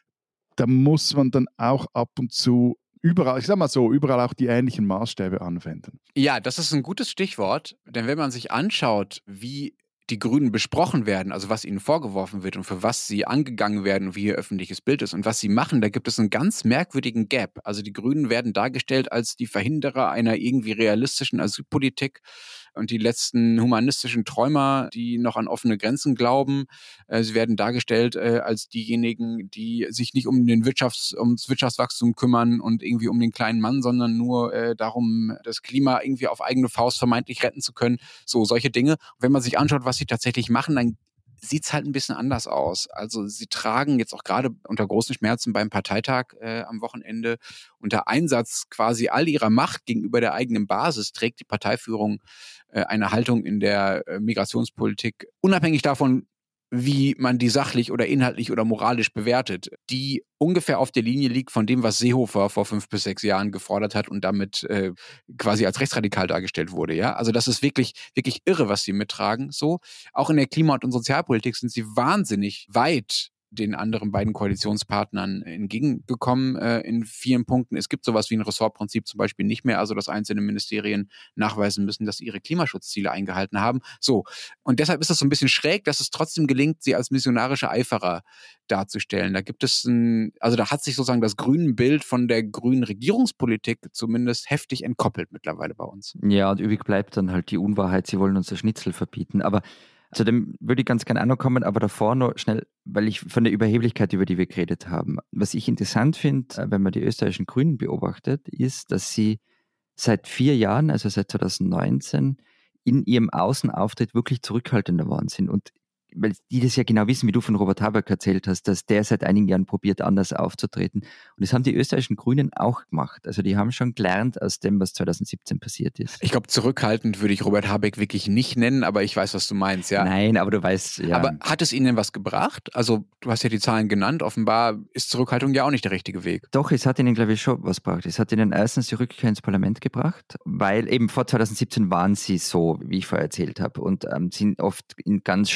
da muss man dann auch ab und zu überall, ich sag mal so, überall auch die ähnlichen Maßstäbe anwenden. Ja, das ist ein gutes Stichwort, denn wenn man sich anschaut, wie die Grünen besprochen werden, also was ihnen vorgeworfen wird und für was sie angegangen werden und wie ihr öffentliches Bild ist und was sie machen, da gibt es einen ganz merkwürdigen Gap. Also die Grünen werden dargestellt als die Verhinderer einer irgendwie realistischen Asylpolitik und die letzten humanistischen Träumer, die noch an offene Grenzen glauben. Sie werden dargestellt als diejenigen, die sich nicht um ums Wirtschaftswachstum kümmern und irgendwie um den kleinen Mann, sondern nur darum, das Klima irgendwie auf eigene Faust vermeintlich retten zu können. So, solche Dinge. Und wenn man sich anschaut, was sie tatsächlich machen, dann sieht es halt ein bisschen anders aus. Also sie tragen jetzt auch gerade unter großen Schmerzen beim Parteitag am Wochenende unter Einsatz quasi all ihrer Macht gegenüber der eigenen Basis, trägt die Parteiführung eine Haltung in der Migrationspolitik, unabhängig davon, wie man die sachlich oder inhaltlich oder moralisch bewertet, die ungefähr auf der Linie liegt von dem, was Seehofer vor 5 bis 6 Jahren gefordert hat und damit quasi als rechtsradikal dargestellt wurde. Ja? Also das ist wirklich, wirklich irre, was sie mittragen. So. Auch in der Klima- und Sozialpolitik sind sie wahnsinnig weit den anderen beiden Koalitionspartnern entgegengekommen in vielen Punkten. Es gibt sowas wie ein Ressortprinzip zum Beispiel nicht mehr, also dass einzelne Ministerien nachweisen müssen, dass sie ihre Klimaschutzziele eingehalten haben. So. Und deshalb ist es so ein bisschen schräg, dass es trotzdem gelingt, sie als missionarische Eiferer darzustellen. Da gibt es da hat sich sozusagen das grüne Bild von der grünen Regierungspolitik zumindest heftig entkoppelt mittlerweile bei uns. Ja, und übrig bleibt dann halt die Unwahrheit, sie wollen uns das Schnitzel verbieten. Aber zu dem würde ich ganz gerne auch noch kommen, aber davor noch schnell, weil ich von der Überheblichkeit, über die wir geredet haben. Was ich interessant finde, wenn man die österreichischen Grünen beobachtet, ist, dass sie seit 4 Jahren, also seit 2019, in ihrem Außenauftritt wirklich zurückhaltender geworden sind. Und weil die das ja genau wissen, wie du von Robert Habeck erzählt hast, dass der seit einigen Jahren probiert, anders aufzutreten. Und das haben die österreichischen Grünen auch gemacht. Also die haben schon gelernt aus dem, was 2017 passiert ist. Ich glaube, zurückhaltend würde ich Robert Habeck wirklich nicht nennen, aber ich weiß, was du meinst, ja. Nein, aber du weißt, ja. Aber hat es ihnen denn was gebracht? Also du hast ja die Zahlen genannt, offenbar ist Zurückhaltung ja auch nicht der richtige Weg. Doch, es hat ihnen, glaube ich, schon was gebracht. Es hat ihnen erstens die Rückkehr ins Parlament gebracht, weil eben vor 2017 waren sie so, wie ich vorher erzählt habe, und sind oft in ganz schnöde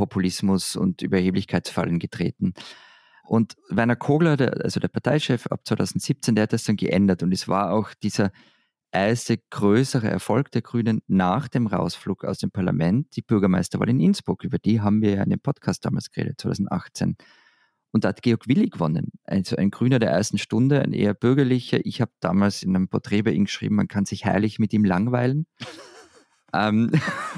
Populismus und Überheblichkeitsfallen getreten. Und Werner Kogler, der Parteichef ab 2017, der hat das dann geändert. Und es war auch dieser erste größere Erfolg der Grünen nach dem Rausflug aus dem Parlament, die Bürgermeisterwahl in Innsbruck. Über die haben wir ja in dem Podcast damals geredet, 2018. Und da hat Georg Willi gewonnen. Also ein Grüner der ersten Stunde, ein eher bürgerlicher. Ich habe damals in einem Porträt bei ihm geschrieben, man kann sich herrlich mit ihm langweilen. Und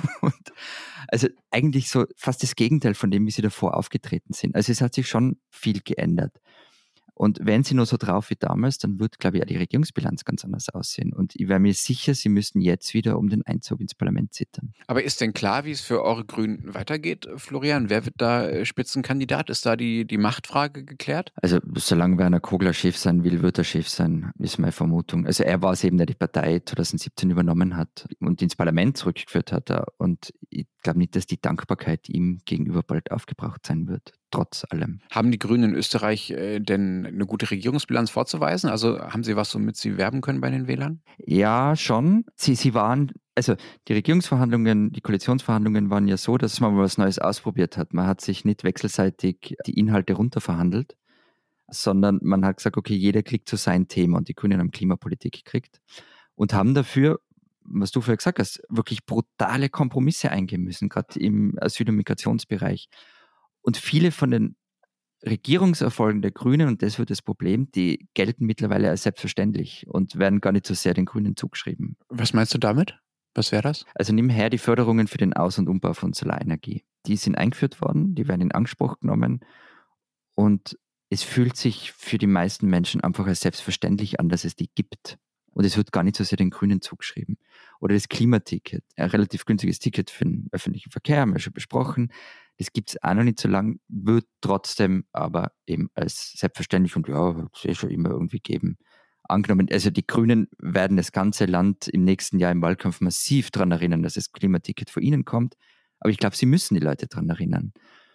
also eigentlich so fast das Gegenteil von dem, wie sie davor aufgetreten sind. Also es hat sich schon viel geändert. Und wenn sie nur so drauf wie damals, dann wird, glaube ich, auch die Regierungsbilanz ganz anders aussehen. Und ich wäre mir sicher, sie müssten jetzt wieder um den Einzug ins Parlament zittern. Aber ist denn klar, wie es für eure Grünen weitergeht, Florian? Wer wird da Spitzenkandidat? Ist da die Machtfrage geklärt? Also solange Werner Kogler Chef sein will, wird er Chef sein, ist meine Vermutung. Also er war es eben, der die Partei 2017 übernommen hat und ins Parlament zurückgeführt hat. Und ich glaube nicht, dass die Dankbarkeit ihm gegenüber bald aufgebraucht sein wird, trotz allem. Haben die Grünen in Österreich denn eine gute Regierungsbilanz vorzuweisen? Also haben sie was, womit sie werben können bei den Wählern? Ja, schon. Sie waren, also die Regierungsverhandlungen, die Koalitionsverhandlungen waren ja so, dass man mal was Neues ausprobiert hat. Man hat sich nicht wechselseitig die Inhalte runterverhandelt, sondern man hat gesagt, okay, jeder kriegt so sein Thema und die Grünen haben Klimapolitik gekriegt und haben dafür, was du vorher gesagt hast, wirklich brutale Kompromisse eingehen müssen, gerade im Asyl- und Migrationsbereich. Und viele von den Regierungserfolgen der Grünen, und das wird das Problem, die gelten mittlerweile als selbstverständlich und werden gar nicht so sehr den Grünen zugeschrieben. Was meinst du damit? Was wäre das? Also nimm her die Förderungen für den Aus- und Umbau von Solarenergie. Die sind eingeführt worden, die werden in Anspruch genommen und es fühlt sich für die meisten Menschen einfach als selbstverständlich an, dass es die gibt. Und es wird gar nicht so sehr den Grünen zugeschrieben. Oder das Klimaticket, ein relativ günstiges Ticket für den öffentlichen Verkehr, haben wir schon besprochen. Das gibt es auch noch nicht so lange, wird trotzdem aber eben als selbstverständlich und ja, wird es schon immer irgendwie geben, angenommen. Also die Grünen werden das ganze Land im nächsten Jahr im Wahlkampf massiv daran erinnern, dass das Klimaticket von ihnen kommt. Aber ich glaube, sie müssen die Leute daran erinnern.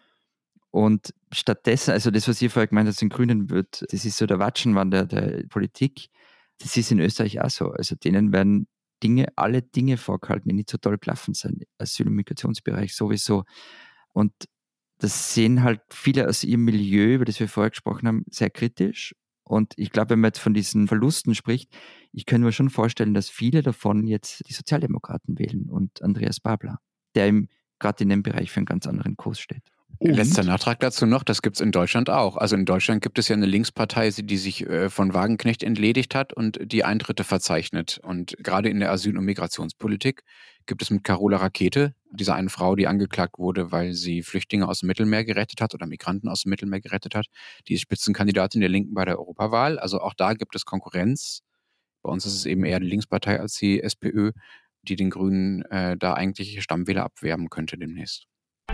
Und stattdessen, also das, was ihr vorher gemeint habt, den Grünen wird, das ist so der Watschenwand der Politik, das ist in Österreich auch so. Also denen werden alle Dinge vorgehalten, die nicht so toll gelaufen sind. Asyl- und Migrationsbereich sowieso. Und das sehen halt viele aus ihrem Milieu, über das wir vorher gesprochen haben, sehr kritisch. Und ich glaube, wenn man jetzt von diesen Verlusten spricht, ich kann mir schon vorstellen, dass viele davon jetzt die Sozialdemokraten wählen und Andreas Babler, der gerade in dem Bereich für einen ganz anderen Kurs steht. Letzter Nachtrag dazu noch, das gibt es in Deutschland auch. Also in Deutschland gibt es ja eine Linkspartei, die sich von Wagenknecht entledigt hat und die Eintritte verzeichnet. Und gerade in der Asyl- und Migrationspolitik gibt es mit Carola Rakete, dieser einen Frau, die angeklagt wurde, weil sie Flüchtlinge aus dem Mittelmeer gerettet hat oder Migranten aus dem Mittelmeer gerettet hat. Die ist Spitzenkandidatin der Linken bei der Europawahl. Also auch da gibt es Konkurrenz. Bei uns ist es eben eher die Linkspartei als die SPÖ, die den Grünen da eigentlich Stammwähler abwerben könnte demnächst.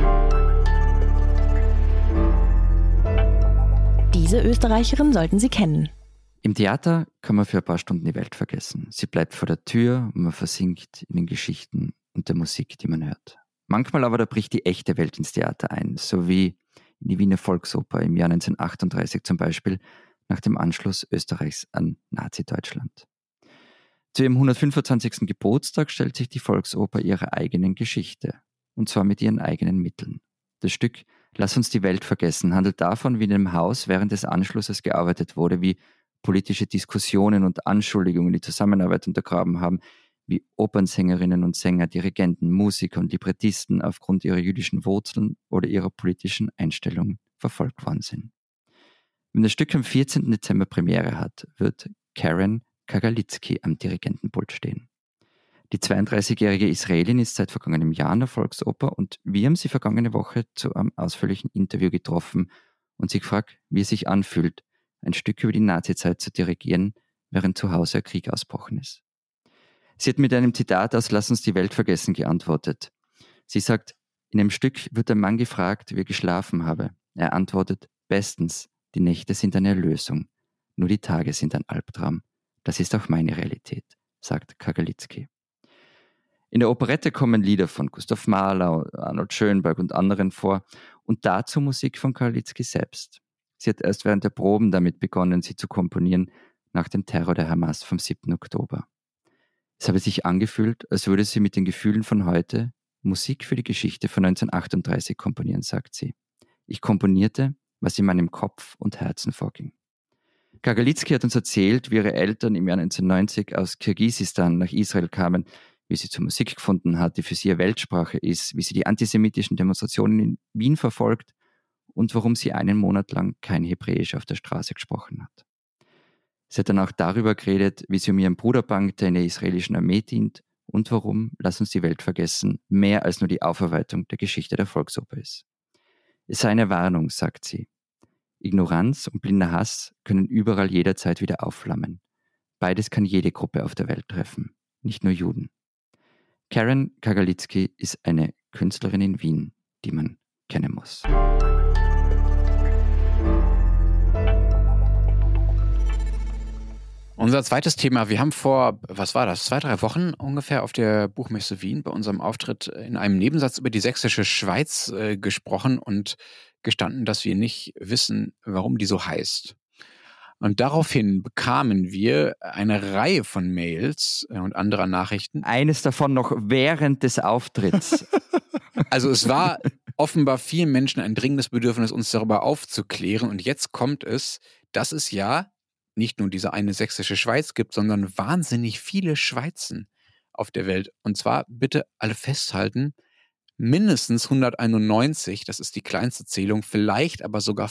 Diese Österreicherin sollten Sie kennen. Im Theater kann man für ein paar Stunden die Welt vergessen. Sie bleibt vor der Tür und man versinkt in den Geschichten und der Musik, die man hört. Manchmal aber da bricht die echte Welt ins Theater ein, so wie in die Wiener Volksoper im Jahr 1938 zum Beispiel, nach dem Anschluss Österreichs an Nazi-Deutschland. Zu ihrem 125. Geburtstag stellt sich die Volksoper ihrer eigenen Geschichte, und zwar mit ihren eigenen Mitteln. Das Stück Lass uns die Welt vergessen handelt davon, wie in einem Haus während des Anschlusses gearbeitet wurde, wie politische Diskussionen und Anschuldigungen die Zusammenarbeit untergraben haben, wie Opernsängerinnen und Sänger, Dirigenten, Musiker und Librettisten aufgrund ihrer jüdischen Wurzeln oder ihrer politischen Einstellung verfolgt worden sind. Wenn das Stück am 14. Dezember Premiere hat, wird Karen Kagalitzky am Dirigentenpult stehen. Die 32-jährige Israelin ist seit vergangenem Jahr in der Volksoper und wir haben sie vergangene Woche zu einem ausführlichen Interview getroffen und sie gefragt, wie es sich anfühlt, ein Stück über die Nazizeit zu dirigieren, während zu Hause ein Krieg ausbrochen ist. Sie hat mit einem Zitat aus Lass uns die Welt vergessen geantwortet. Sie sagt, in einem Stück wird ein Mann gefragt, wie er geschlafen habe. Er antwortet, bestens, die Nächte sind eine Erlösung, nur die Tage sind ein Albtraum. Das ist auch meine Realität, sagt Kagalitzky. In der Operette kommen Lieder von Gustav Mahler, Arnold Schönberg und anderen vor und dazu Musik von Kagalitzky selbst. Sie hat erst während der Proben damit begonnen, sie zu komponieren, nach dem Terror der Hamas vom 7. Oktober. Es habe sich angefühlt, als würde sie mit den Gefühlen von heute Musik für die Geschichte von 1938 komponieren, sagt sie. Ich komponierte, was in meinem Kopf und Herzen vorging. Kagalitzki hat uns erzählt, wie ihre Eltern im Jahr 1990 aus Kirgisistan nach Israel kamen, wie sie zur Musik gefunden hat, die für sie eine Weltsprache ist, wie sie die antisemitischen Demonstrationen in Wien verfolgt und warum sie einen Monat lang kein Hebräisch auf der Straße gesprochen hat. Sie hat dann auch darüber geredet, wie sie um ihren Bruder bangt, der in der israelischen Armee dient, und warum, lass uns die Welt vergessen, mehr als nur die Aufarbeitung der Geschichte der Volksoper ist. Es sei eine Warnung, sagt sie. Ignoranz und blinder Hass können überall jederzeit wieder aufflammen. Beides kann jede Gruppe auf der Welt treffen, nicht nur Juden. Karen Kagalitzki ist eine Künstlerin in Wien, die man kennen muss. Unser zweites Thema, wir haben vor, 2-3 Wochen ungefähr auf der Buchmesse Wien bei unserem Auftritt in einem Nebensatz über die sächsische Schweiz gesprochen und gestanden, dass wir nicht wissen, warum die so heißt. Und daraufhin bekamen wir eine Reihe von Mails und anderer Nachrichten. Eines davon noch während des Auftritts. Also es war offenbar vielen Menschen ein dringendes Bedürfnis, uns darüber aufzuklären. Und jetzt kommt es, dass es ja nicht nur diese eine sächsische Schweiz gibt, sondern wahnsinnig viele Schweizen auf der Welt. Und zwar bitte alle festhalten, mindestens 191, das ist die kleinste Zählung, vielleicht aber sogar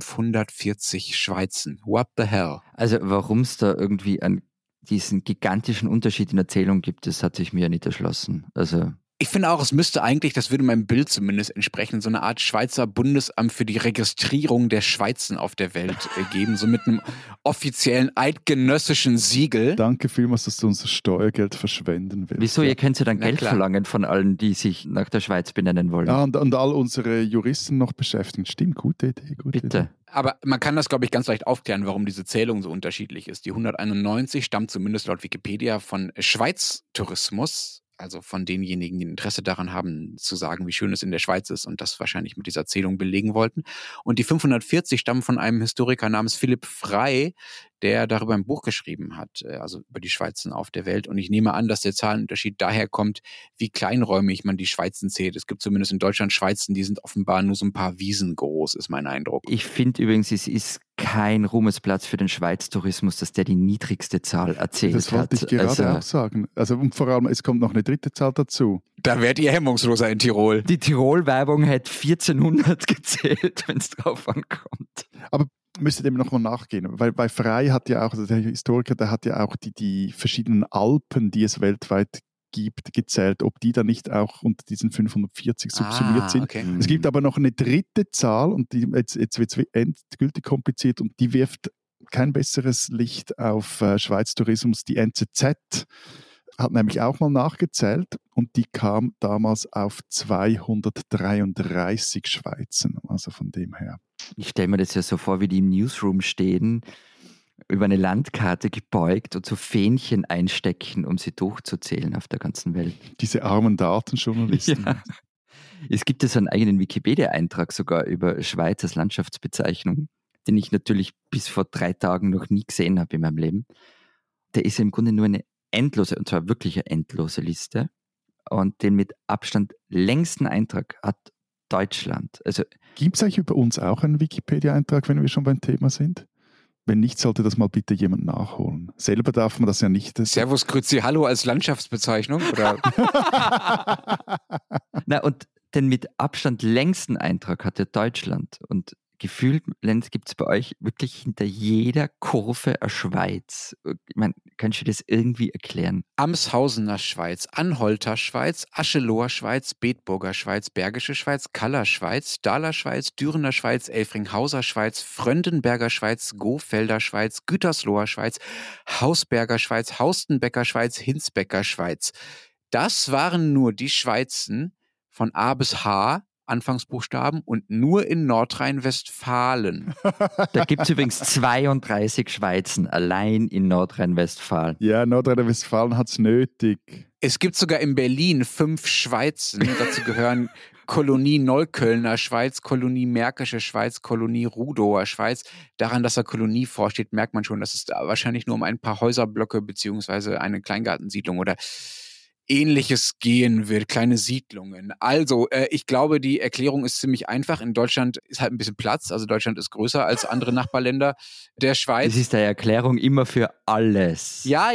540 Schweizen. What the hell? Also warum es da irgendwie diesen gigantischen Unterschied in der Zählung gibt, das hat sich mir ja nicht erschlossen. Also ich finde auch, es müsste eigentlich, das würde meinem Bild zumindest entsprechen, so eine Art Schweizer Bundesamt für die Registrierung der Schweizen auf der Welt geben, so mit einem offiziellen eidgenössischen Siegel. Danke vielmals, dass du unser Steuergeld verschwenden willst. Wieso? Ihr könnt ja dann Na Geld klar. verlangen von allen, die sich nach der Schweiz benennen wollen. Ja, und all unsere Juristen noch beschäftigen. Stimmt, gute Idee. Bitte. Aber man kann das, glaube ich, ganz leicht aufklären, warum diese Zählung so unterschiedlich ist. Die 191 stammt zumindest laut Wikipedia von Schweiz-Tourismus, also von denjenigen, die Interesse daran haben, zu sagen, wie schön es in der Schweiz ist und das wahrscheinlich mit dieser Zählung belegen wollten. Und die 540 stammen von einem Historiker namens Philipp Frey, der darüber ein Buch geschrieben hat, also über die Schweizen auf der Welt. Und ich nehme an, dass der Zahlenunterschied daher kommt, wie kleinräumig man die Schweizen zählt. Es gibt zumindest in Deutschland Schweizen, die sind offenbar nur so ein paar Wiesen groß, ist mein Eindruck. Ich finde übrigens, es ist kein Ruhmesplatz für den Schweiz-Tourismus, dass der die niedrigste Zahl erzählt hat. Das wollte ich gerade auch sagen. Also, und vor allem, es kommt noch eine dritte Zahl dazu. Da werdet ihr hemmungsloser in Tirol. Die Tirol-Werbung hätte 1400 gezählt, wenn es drauf ankommt. Aber müsste dem nochmal nachgehen, weil bei Frey hat ja auch, also der Historiker, der hat ja auch die verschiedenen Alpen, die es weltweit gibt, gezählt, ob die dann nicht auch unter diesen 540 subsumiert sind. Okay. Es gibt aber noch eine dritte Zahl und jetzt wird es endgültig kompliziert und die wirft kein besseres Licht auf Schweiz Tourismus. Die NZZ hat nämlich auch mal nachgezählt und die kam damals auf 233 Schweizen, also von dem her. Ich stelle mir das ja so vor, wie die im Newsroom stehen, über eine Landkarte gebeugt und so Fähnchen einstecken, um sie durchzuzählen auf der ganzen Welt. Diese armen Datenjournalisten. Ja. Es gibt ja so einen eigenen Wikipedia-Eintrag sogar über Schweiz als Landschaftsbezeichnung, den ich natürlich bis vor 3 Tagen noch nie gesehen habe in meinem Leben. Der ist ja im Grunde nur eine endlose, und zwar wirklich eine endlose Liste. Und den mit Abstand längsten Eintrag hat Deutschland. Also Gibt es eigentlich über uns auch einen Wikipedia-Eintrag, wenn wir schon beim Thema sind? Wenn nicht, sollte das mal bitte jemand nachholen. Selber darf man das ja nicht. Servus, Grüezi, Hallo als Landschaftsbezeichnung? Oder? Na, und den mit Abstand längsten Eintrag hatte Deutschland. Und gefühlt, Lenz, gibt es bei euch wirklich hinter jeder Kurve eine Schweiz. Ich meine, kannst du das irgendwie erklären? Amshausener Schweiz, Anholter Schweiz, Ascheloher Schweiz, Bedburger Schweiz, Bergische Schweiz, Kaller Schweiz, Dahler Schweiz, Dürener Schweiz, Elfringhauser Schweiz, Fröndenberger Schweiz, Gofelder Schweiz, Gütersloher Schweiz, Hausberger Schweiz, Haustenbecker Schweiz, Hinsbecker Schweiz. Das waren nur die Schweizen von A bis H, Anfangsbuchstaben, und nur in Nordrhein-Westfalen. Da gibt es übrigens 32 Schweizen, allein in Nordrhein-Westfalen. Ja, Nordrhein-Westfalen hat es nötig. Es gibt sogar in Berlin 5 Schweizen. Dazu gehören Kolonie Neuköllner Schweiz, Kolonie Märkische Schweiz, Kolonie Rudower Schweiz. Daran, dass da Kolonie vorsteht, merkt man schon, dass es da wahrscheinlich nur um ein paar Häuserblöcke beziehungsweise eine Kleingartensiedlung oder Ähnliches gehen wird, kleine Siedlungen. Also, ich glaube, die Erklärung ist ziemlich einfach. In Deutschland ist halt ein bisschen Platz. Also Deutschland ist größer als andere Nachbarländer der Schweiz. Das ist eine Erklärung immer für alles. Ja,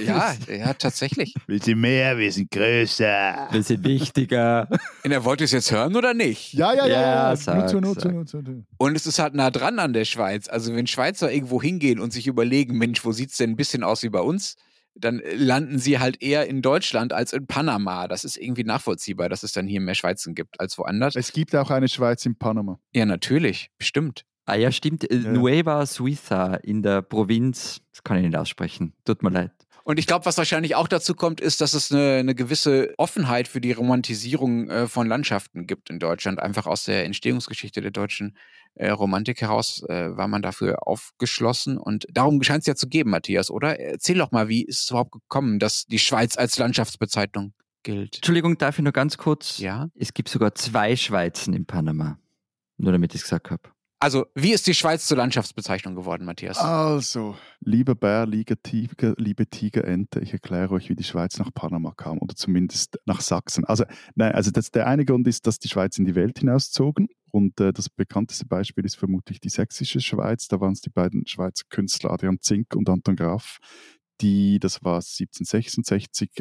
tatsächlich. Wir sind mehr, wir sind größer. Wir sind wichtiger. Wollt ihr es jetzt hören oder nicht? Ja. Sag. Nutze. Und es ist halt nah dran an der Schweiz. Also wenn Schweizer irgendwo hingehen und sich überlegen, Mensch, wo sieht's denn ein bisschen aus wie bei uns? Dann landen sie halt eher in Deutschland als in Panama. Das ist irgendwie nachvollziehbar, dass es dann hier mehr Schweizen gibt als woanders. Es gibt auch eine Schweiz in Panama. Ja, natürlich, bestimmt. Ah ja, stimmt. Nueva Suiza in der Provinz, das kann ich nicht aussprechen. Tut mir leid. Und ich glaube, was wahrscheinlich auch dazu kommt, ist, dass es eine gewisse Offenheit für die Romantisierung von Landschaften gibt in Deutschland. Einfach aus der Entstehungsgeschichte der deutschen Romantik heraus war man dafür aufgeschlossen. Und darum scheint es ja zu geben, Matthias, oder? Erzähl doch mal, wie ist es überhaupt gekommen, dass die Schweiz als Landschaftsbezeichnung gilt? Entschuldigung, darf ich nur ganz kurz? Ja? Es gibt sogar 2 Schweizen in Panama. Nur damit ich es gesagt habe. Also, wie ist die Schweiz zur Landschaftsbezeichnung geworden, Matthias? Also, lieber Bär, liebe Tigerente, ich erkläre euch, wie die Schweiz nach Panama kam oder zumindest nach Sachsen. Also der eine Grund ist, dass die Schweiz in die Welt hinauszogen und das bekannteste Beispiel ist vermutlich die sächsische Schweiz. Da waren es die beiden Schweizer Künstler Adrian Zink und Anton Graf, die, das war 1766,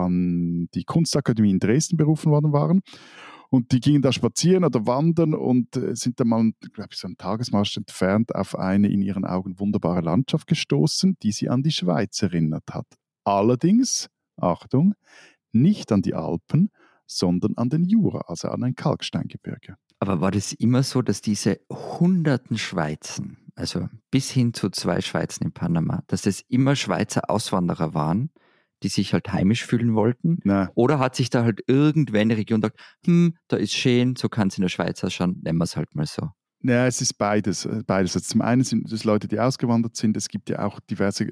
an die Kunstakademie in Dresden berufen worden waren. Und die gingen da spazieren oder wandern und sind dann mal, glaube ich, so einen Tagesmarsch entfernt auf eine in ihren Augen wunderbare Landschaft gestoßen, die sie an die Schweiz erinnert hat. Allerdings, Achtung, nicht an die Alpen, sondern an den Jura, also an ein Kalksteingebirge. Aber war das immer so, dass diese hunderten Schweizen, also bis hin zu 2 Schweizen in Panama, dass das immer Schweizer Auswanderer waren, die sich halt heimisch fühlen wollten? Nein. Oder hat sich da halt irgendwer in der Region gedacht, da ist schön, so kann es in der Schweiz ausschauen, nehmen wir es halt mal so. Ja, es ist beides. Also zum einen sind es Leute, die ausgewandert sind. Es gibt ja auch diverse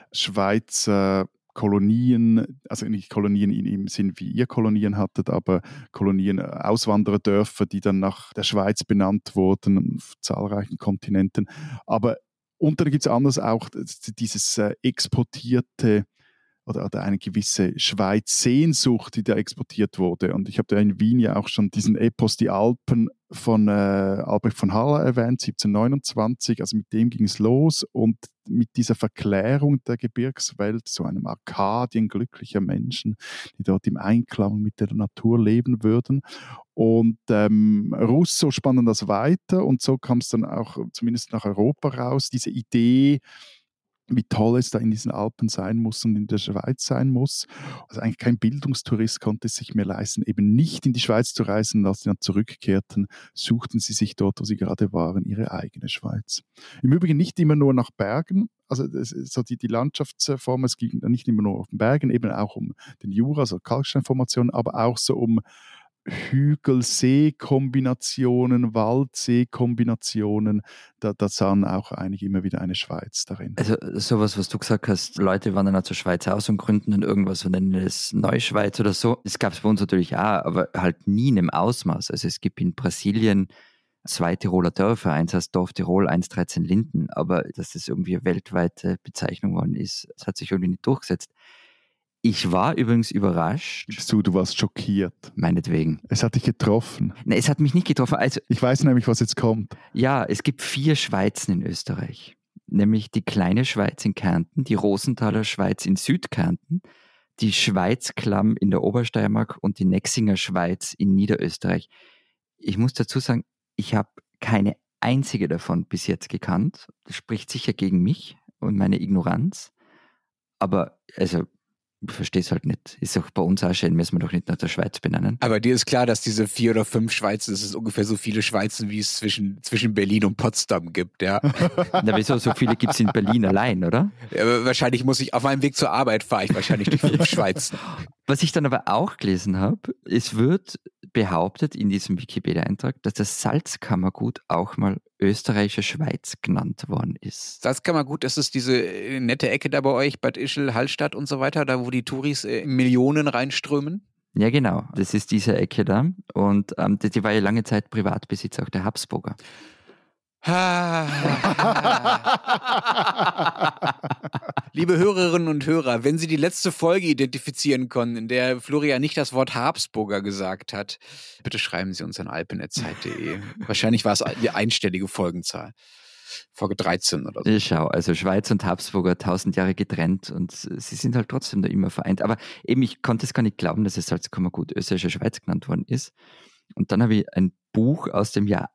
Schweizer Kolonien, also nicht Kolonien im Sinn, wie ihr Kolonien hattet, aber Kolonien, Auswandererdörfer, die dann nach der Schweiz benannt wurden, auf zahlreichen Kontinenten. Aber und dann gibt es anders auch dieses exportierte oder eine gewisse Schweiz-Sehnsucht, die da exportiert wurde. Und ich habe da in Wien ja auch schon diesen Epos Die Alpen von Albrecht von Haller erwähnt, 1729. Also mit dem ging es los und mit dieser Verklärung der Gebirgswelt, so einem Arkadien glücklicher Menschen, die dort im Einklang mit der Natur leben würden. Und Rousseau spann das weiter und so kam es dann auch zumindest nach Europa raus, diese Idee, wie toll es da in diesen Alpen sein muss und in der Schweiz sein muss. Also eigentlich kein Bildungstourist konnte es sich mehr leisten, eben nicht in die Schweiz zu reisen. Und als sie dann zurückkehrten, suchten sie sich dort, wo sie gerade waren, ihre eigene Schweiz. Im Übrigen nicht immer nur nach Bergen, also so die Landschaftsformen, es ging nicht immer nur auf den Bergen, eben auch um den Jura, also Kalksteinformationen, aber auch so um Hügel-See-Kombinationen, Wald-See-Kombinationen, da sahen auch einige immer wieder eine Schweiz darin. Also sowas, was du gesagt hast, Leute wandern zur Schweiz aus und gründen dann irgendwas und nennen es Neuschweiz oder so. Das gab es bei uns natürlich auch, aber halt nie in einem Ausmaß. Also es gibt in Brasilien 2 Tiroler Dörfer, eins heißt Dorf Tirol, 13 Linden, aber dass das irgendwie eine weltweite Bezeichnung worden ist, das hat sich irgendwie nicht durchgesetzt. Ich war übrigens überrascht. Du warst schockiert. Meinetwegen. Es hat dich getroffen. Nein, es hat mich nicht getroffen. Also, ich weiß nämlich, was jetzt kommt. Ja, es gibt 4 Schweizen in Österreich. Nämlich die kleine Schweiz in Kärnten, die Rosenthaler Schweiz in Südkärnten, die Schweizklamm in der Obersteiermark und die Nexinger Schweiz in Niederösterreich. Ich muss dazu sagen, ich habe keine einzige davon bis jetzt gekannt. Das spricht sicher gegen mich und meine Ignoranz. Aber also ich verstehe es halt nicht. Ist auch bei uns auch schön, müssen wir doch nicht nach der Schweiz benennen. Aber dir ist klar, dass diese 4 oder 5 Schweizen, das ist ungefähr so viele Schweizen, wie es zwischen Berlin und Potsdam gibt, ja. Na, wieso? So viele gibt es in Berlin allein, oder? Ja, wahrscheinlich muss ich, auf meinem Weg zur Arbeit fahre ich wahrscheinlich durch 5 Schweizen. Was ich dann aber auch gelesen habe, es wird behauptet in diesem Wikipedia-Eintrag, dass das Salzkammergut auch mal österreichische Schweiz genannt worden ist. Salzkammergut, das ist diese nette Ecke da bei euch, Bad Ischl, Hallstatt und so weiter, da wo die Touris Millionen reinströmen? Ja, genau. Das ist diese Ecke da. Und die war ja lange Zeit Privatbesitz auch der Habsburger. Liebe Hörerinnen und Hörer, wenn Sie die letzte Folge identifizieren konnten, in der Florian nicht das Wort Habsburger gesagt hat, bitte schreiben Sie uns an alpenetzeit.de. Wahrscheinlich war es die einstellige Folgenzahl. Folge 13 oder so. Ich schau, also Schweiz und Habsburger 1000 Jahre getrennt und sie sind halt trotzdem da immer vereint. Aber eben, ich konnte es gar nicht glauben, dass es Salzkammergut Österreichische Schweiz genannt worden ist. Und dann habe ich ein Buch aus dem Jahr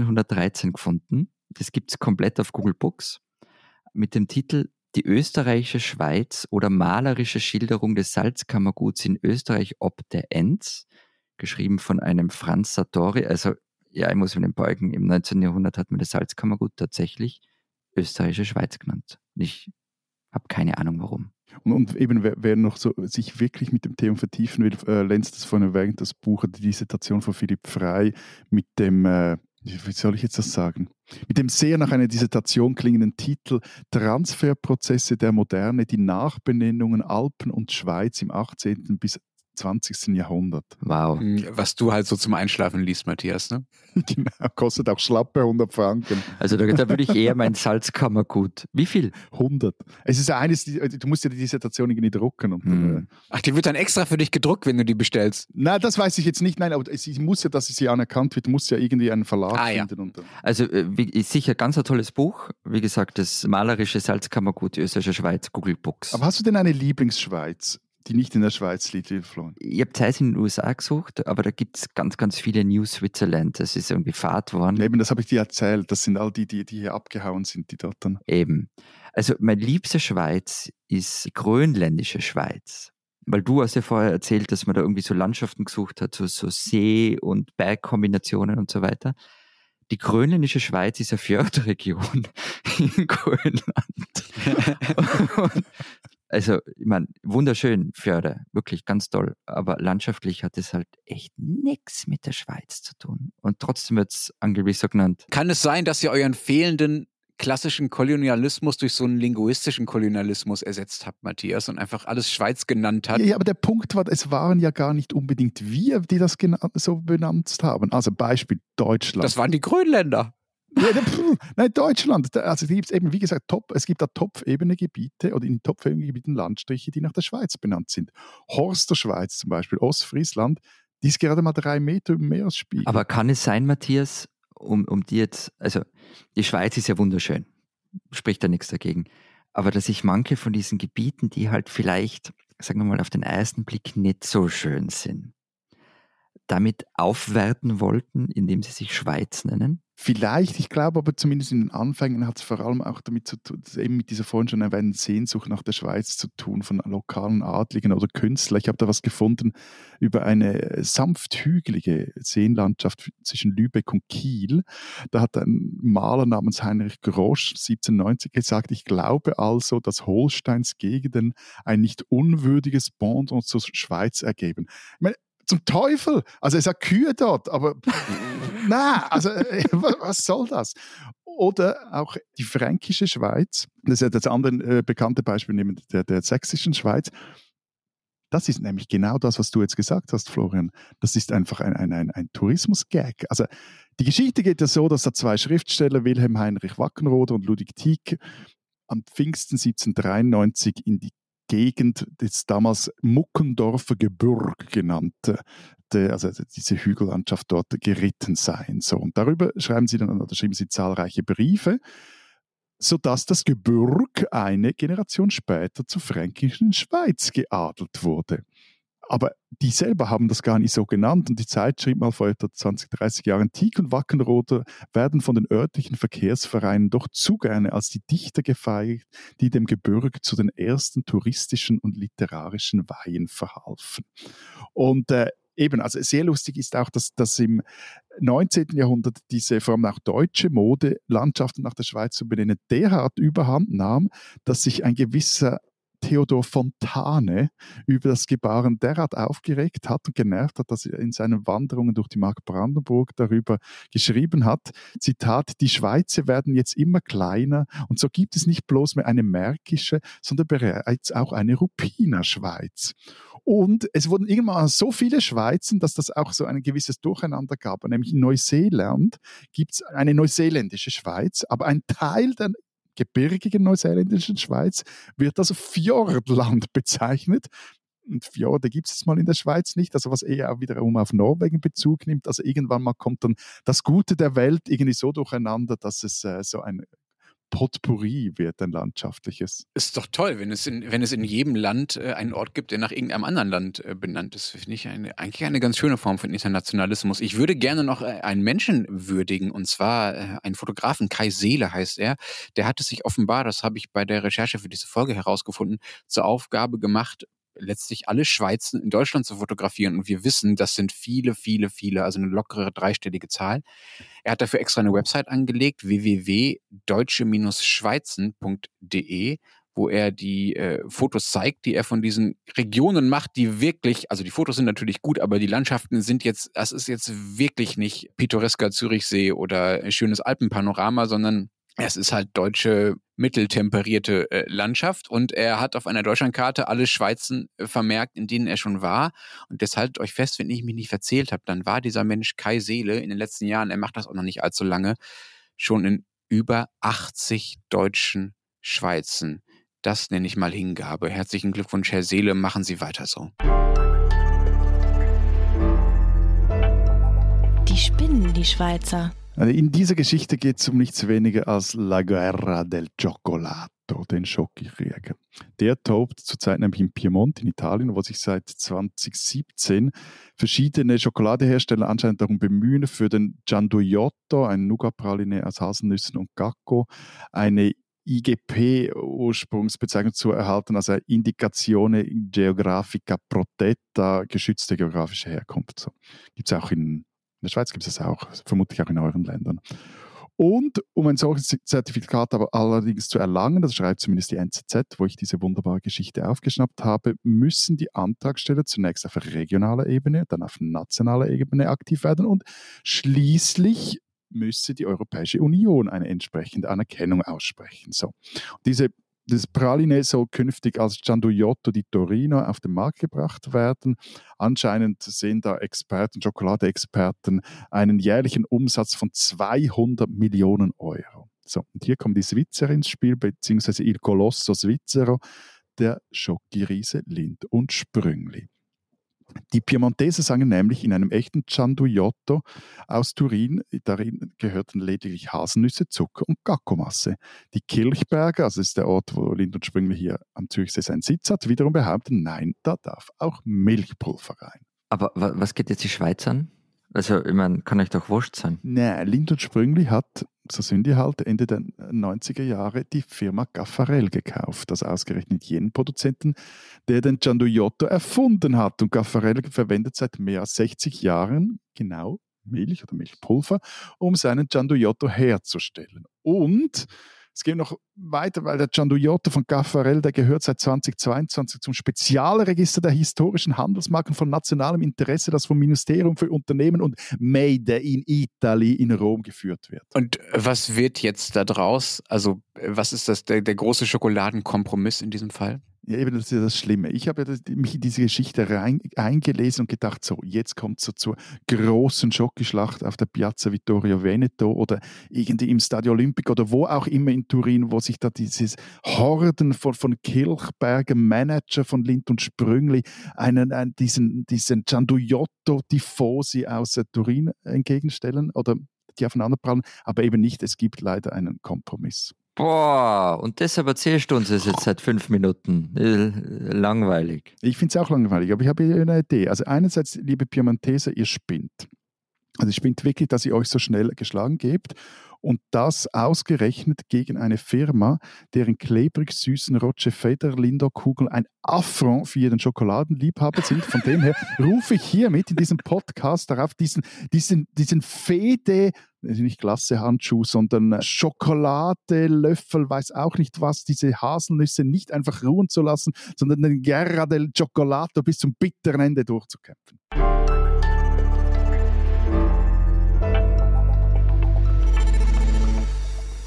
1813 gefunden. Das gibt es komplett auf Google Books mit dem Titel Die österreichische Schweiz oder malerische Schilderung des Salzkammerguts in Österreich ob der Enns, geschrieben von einem Franz Sartori. Also ja, ich muss mir den beugen. Im 19. Jahrhundert hat man das Salzkammergut tatsächlich Österreichische Schweiz genannt. Ich habe keine Ahnung, warum. Und eben, wer noch so sich wirklich mit dem Thema vertiefen will, Lenz das vorhin erwähnt, das Buch, die Dissertation von Philipp Frey mit dem, wie soll ich jetzt das sagen? Mit dem sehr nach einer Dissertation klingenden Titel Transferprozesse der Moderne, die Nachbenennungen Alpen und Schweiz im 18. bis 20. Jahrhundert. Wow. Was du halt so zum Einschlafen liest, Matthias, ne? Genau, kostet auch schlappe 100 Franken. Also da würde ich eher mein Salzkammergut. Wie viel? 100. Es ist eines, du musst ja die Dissertation irgendwie drucken. Und dann, Ach, die wird dann extra für dich gedruckt, wenn du die bestellst. Nein, das weiß ich jetzt nicht. Nein, aber es muss ja, dass sie anerkannt wird, muss ja irgendwie einen Verlag finden. Und also ist sicher ganz ein tolles Buch. Wie gesagt, das malerische Salzkammergut die Österreichische Schweiz, Google Books. Aber hast du denn eine Lieblingsschweiz, die nicht in der Schweiz liegt, Florian? Ich habe Zeit in den USA gesucht, aber da gibt es ganz, ganz viele New Switzerland. Das ist irgendwie Fahrt worden. Eben, das habe ich dir erzählt. Das sind all die hier abgehauen sind, die dort dann. Eben. Also meine liebste Schweiz ist die grönländische Schweiz. Weil du hast ja vorher erzählt, dass man da irgendwie so Landschaften gesucht hat, so See- und Bergkombinationen und so weiter. Die grönländische Schweiz ist eine Fjordregion in Grönland. Also, ich meine, wunderschön, Fjorde, wirklich ganz toll. Aber landschaftlich hat es halt echt nichts mit der Schweiz zu tun. Und trotzdem wird es angeblich so genannt. Kann es sein, dass ihr euren fehlenden klassischen Kolonialismus durch so einen linguistischen Kolonialismus ersetzt habt, Matthias, und einfach alles Schweiz genannt habt? Ja, aber der Punkt war, es waren ja gar nicht unbedingt wir, die das so benannt haben. Also Beispiel Deutschland. Das waren die Grönländer. Ja, nein, Deutschland. Also gibt es eben, wie gesagt, es gibt da Topfebene-Gebiete oder in Topfebene-Gebieten Landstriche, die nach der Schweiz benannt sind. Horster Schweiz zum Beispiel, Ostfriesland, die ist gerade mal 3 Meter über dem Meeresspiegel. Aber kann es sein, Matthias, um die jetzt, also die Schweiz ist ja wunderschön, spricht da nichts dagegen, aber dass ich manche von diesen Gebieten, die halt vielleicht, sagen wir mal, auf den ersten Blick nicht so schön sind, damit aufwerten wollten, indem sie sich Schweiz nennen? Vielleicht, ich glaube aber zumindest in den Anfängen hat es vor allem auch damit zu tun, eben mit dieser vorhin schon erwähnten Sehnsucht nach der Schweiz zu tun, von lokalen Adligen oder Künstlern. Ich habe da was gefunden über eine sanft hügelige Seenlandschaft zwischen Lübeck und Kiel. Da hat ein Maler namens Heinrich Grosch 1790 gesagt, ich glaube also, dass Holsteins Gegenden ein nicht unwürdiges Pendant zur Schweiz ergeben. Ich meine, zum Teufel! Also es hat Kühe dort, aber nein, also was soll das? Oder auch die fränkische Schweiz, das ist ja das andere bekannte Beispiel neben der sächsischen Schweiz. Das ist nämlich genau das, was du jetzt gesagt hast, Florian. Das ist einfach ein Tourismus-Gag. Also die Geschichte geht ja so, dass da 2 Schriftsteller, Wilhelm Heinrich Wackenroder und Ludwig Tieck, am Pfingsten 1793 in die Gegend des damals Muckendorfer Gebürg genannte, also diese Hügellandschaft dort geritten seien. So. Und darüber schreiben sie zahlreiche Briefe, sodass das Gebürg eine Generation später zur fränkischen Schweiz geadelt wurde. Aber die selber haben das gar nicht so genannt und die Zeit schrieb mal vor etwa 20, 30 Jahren, Tieck und Wackenroder werden von den örtlichen Verkehrsvereinen doch zu gerne als die Dichter gefeiert, die dem Gebirg zu den ersten touristischen und literarischen Weihen verhalfen. Und eben, also sehr lustig ist auch, dass im 19. Jahrhundert diese vor allem auch deutsche Mode, Landschaften nach der Schweiz zu benennen, derart überhand nahm, dass sich ein gewisser Theodor Fontane über das Gebaren derart aufgeregt hat und genervt hat, dass er in seinen Wanderungen durch die Mark Brandenburg darüber geschrieben hat, Zitat, die Schweizer werden jetzt immer kleiner und so gibt es nicht bloß mehr eine märkische, sondern bereits auch eine Ruppiner Schweiz. Und es wurden irgendwann so viele Schweizen, dass das auch so ein gewisses Durcheinander gab. Nämlich in Neuseeland gibt es eine neuseeländische Schweiz, aber ein Teil der gebirgigen neuseeländischen Schweiz wird als Fjordland bezeichnet. Und Fjorde gibt es mal in der Schweiz nicht, also was eher auch wiederum auf Norwegen Bezug nimmt. Also irgendwann mal kommt dann das Gute der Welt irgendwie so durcheinander, dass es so ein Potpourri wird, ein landschaftliches. Ist doch toll, wenn es in jedem Land einen Ort gibt, der nach irgendeinem anderen Land benannt ist. Finde ich eigentlich eine ganz schöne Form von Internationalismus. Ich würde gerne noch einen Menschen würdigen, und zwar einen Fotografen, Kai Seele heißt er. Der hat es sich offenbar, das habe ich bei der Recherche für diese Folge herausgefunden, zur Aufgabe gemacht, letztlich alle Schweizen in Deutschland zu fotografieren. Und wir wissen, das sind viele, viele, viele, also eine lockere dreistellige Zahl. Er hat dafür extra eine Website angelegt, www.deutsche-schweizen.de, wo er die Fotos zeigt, die er von diesen Regionen macht, die wirklich, also die Fotos sind natürlich gut, aber die Landschaften sind jetzt, das ist jetzt wirklich nicht pittoresker Zürichsee oder ein schönes Alpenpanorama, sondern es ist halt deutsche, mitteltemperierte Landschaft, und er hat auf einer Deutschlandkarte alle Schweizen vermerkt, in denen er schon war. Und das haltet euch fest, wenn ich mich nicht verzählt habe, dann war dieser Mensch Kai Seele in den letzten Jahren, er macht das auch noch nicht allzu lange, schon in über 80 deutschen Schweizen. Das nenne ich mal Hingabe. Herzlichen Glückwunsch, Herr Seele, machen Sie weiter so. Die spinnen, die Schweizer. In dieser Geschichte geht es um nichts weniger als La Guerra del Cioccolato, den Schokokrieg. Der tobt zurzeit nämlich im Piemont in Italien, wo sich seit 2017 verschiedene Schokoladehersteller anscheinend darum bemühen, für den Gianduiotto, ein Nougat-Praline aus Haselnüssen und Gacco, eine IGP-Ursprungsbezeichnung zu erhalten, also Indicazione Geografica Protetta, geschützte geografische Herkunft. So. Gibt es auch in der Schweiz, gibt es das auch, vermutlich auch in euren Ländern. Und um ein solches Zertifikat aber allerdings zu erlangen, das schreibt zumindest die NZZ, wo ich diese wunderbare Geschichte aufgeschnappt habe, müssen die Antragsteller zunächst auf regionaler Ebene, dann auf nationaler Ebene aktiv werden und schließlich müsse die Europäische Union eine entsprechende Anerkennung aussprechen. So. Das Praline soll künftig als Gianduiotto di Torino auf den Markt gebracht werden. Anscheinend sehen da Schokoladeexperten, einen jährlichen Umsatz von 200 Millionen Euro. So, und hier kommt die Svizzer ins Spiel, beziehungsweise Il Colosso Svizzero, der Schokoriese Lindt und Sprüngli. Die Piemontesen sagen nämlich, in einem echten Gianduiotto aus Turin, darin gehörten lediglich Haselnüsse, Zucker und Gackomasse. Die Kirchberger, also das ist der Ort, wo Lindt und Sprüngli hier am Zürichsee seinen Sitz hat, wiederum behaupten, nein, da darf auch Milchpulver rein. Aber was geht jetzt die Schweiz an? Also, ich meine, kann euch doch wurscht sein. Nein, Lindt und Sprüngli hat, so sind die halt, Ende der 90er Jahre die Firma Gaffarel gekauft. Also ausgerechnet jenen Produzenten, der den Gianduiotto erfunden hat. Und Gaffarel verwendet seit mehr als 60 Jahren genau Milch oder Milchpulver, um seinen Gianduiotto herzustellen. Und es geht noch weiter, weil der Gianduiotto von Gaffarel, der gehört seit 2022 zum Spezialregister der historischen Handelsmarken von nationalem Interesse, das vom Ministerium für Unternehmen und Made in Italy in Rom geführt wird. Und was wird jetzt da draus? Also was ist das, der große Schokoladenkompromiss in diesem Fall? Ja, eben, das ist ja das Schlimme. Ich habe mich in diese Geschichte eingelesen und gedacht, so, jetzt kommt es so zur großen Schokischlacht auf der Piazza Vittorio Veneto oder irgendwie im Stadio Olimpico oder wo auch immer in Turin, wo sich da dieses Horden von Kirchbergen, Manager von Lindt und Sprüngli, diesen Gianduiotto Tifosi aus Turin entgegenstellen oder die aufeinanderprallen, aber eben nicht, es gibt leider einen Kompromiss. Boah, und deshalb erzählst du uns das jetzt seit 5 Minuten. Langweilig. Ich finde es auch langweilig, aber ich habe hier eine Idee. Also einerseits, liebe Piemonteser, ihr spinnt. Also ihr spinnt wirklich, dass ihr euch so schnell geschlagen gebt und das ausgerechnet gegen eine Firma, deren klebrig süßen Roger Federlinder-Kugeln ein Affront für jeden Schokoladenliebhaber sind. Von dem her rufe ich hiermit in diesem Podcast darauf, diesen Fede, nicht Glassehandschuh, sondern Schokolade, Löffel, weiß auch nicht was, diese Haselnüsse nicht einfach ruhen zu lassen, sondern den Guerra del Cioccolato bis zum bitteren Ende durchzukämpfen.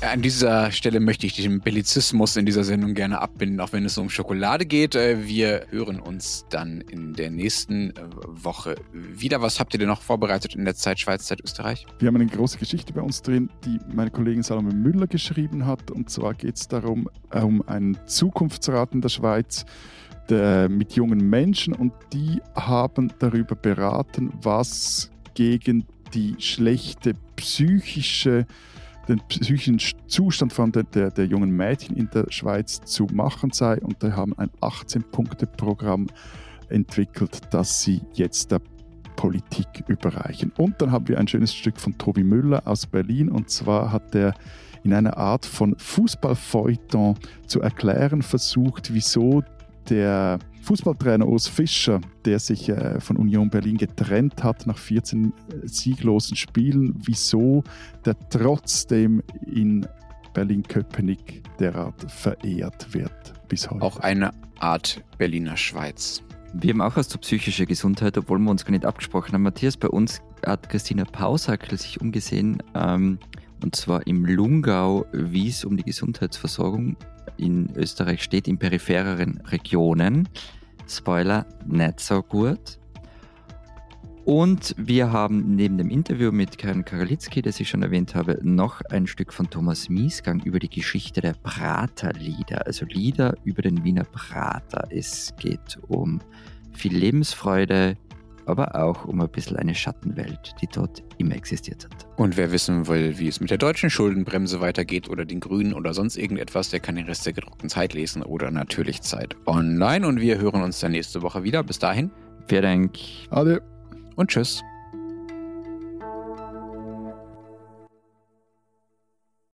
An dieser Stelle möchte ich den Bellizismus in dieser Sendung gerne abbinden, auch wenn es um Schokolade geht. Wir hören uns dann in der nächsten Woche wieder. Was habt ihr denn noch vorbereitet in der Zeit Schweiz, Zeit Österreich? Wir haben eine große Geschichte bei uns drin, die meine Kollegin Salome Müller geschrieben hat. Und zwar geht es darum, um einen Zukunftsrat in der Schweiz mit jungen Menschen. Und die haben darüber beraten, was gegen die schlechte den psychischen Zustand von der jungen Mädchen in der Schweiz zu machen sei. Und die haben ein 18-Punkte-Programm entwickelt, das sie jetzt der Politik überreichen. Und dann haben wir ein schönes Stück von Tobi Müller aus Berlin. Und zwar hat er in einer Art von Fußballfeuilleton zu erklären versucht, wieso der Fußballtrainer Urs Fischer, der sich von Union Berlin getrennt hat nach 14 sieglosen Spielen, wieso der trotzdem in Berlin-Köpenick derart verehrt wird bis heute. Auch eine Art Berliner Schweiz. Wir haben auch was zur psychischen Gesundheit, obwohl wir uns gar nicht abgesprochen haben. Matthias, bei uns hat Christina Pausackel sich umgesehen, und zwar im Lungau, wie es um die Gesundheitsversorgung in Österreich steht, in periphereren Regionen. Spoiler, nicht so gut. Und wir haben neben dem Interview mit Karin Karalitzky, das ich schon erwähnt habe, noch ein Stück von Thomas Miesgang über die Geschichte der Praterlieder, also Lieder über den Wiener Prater. Es geht um viel Lebensfreude, aber auch um ein bisschen eine Schattenwelt, die dort immer existiert hat. Und wer wissen will, wie es mit der deutschen Schuldenbremse weitergeht oder den Grünen oder sonst irgendetwas, der kann den Rest der gedruckten Zeit lesen oder natürlich Zeit online. Und wir hören uns dann nächste Woche wieder. Bis dahin. Vielen Dank. Ade. Und tschüss.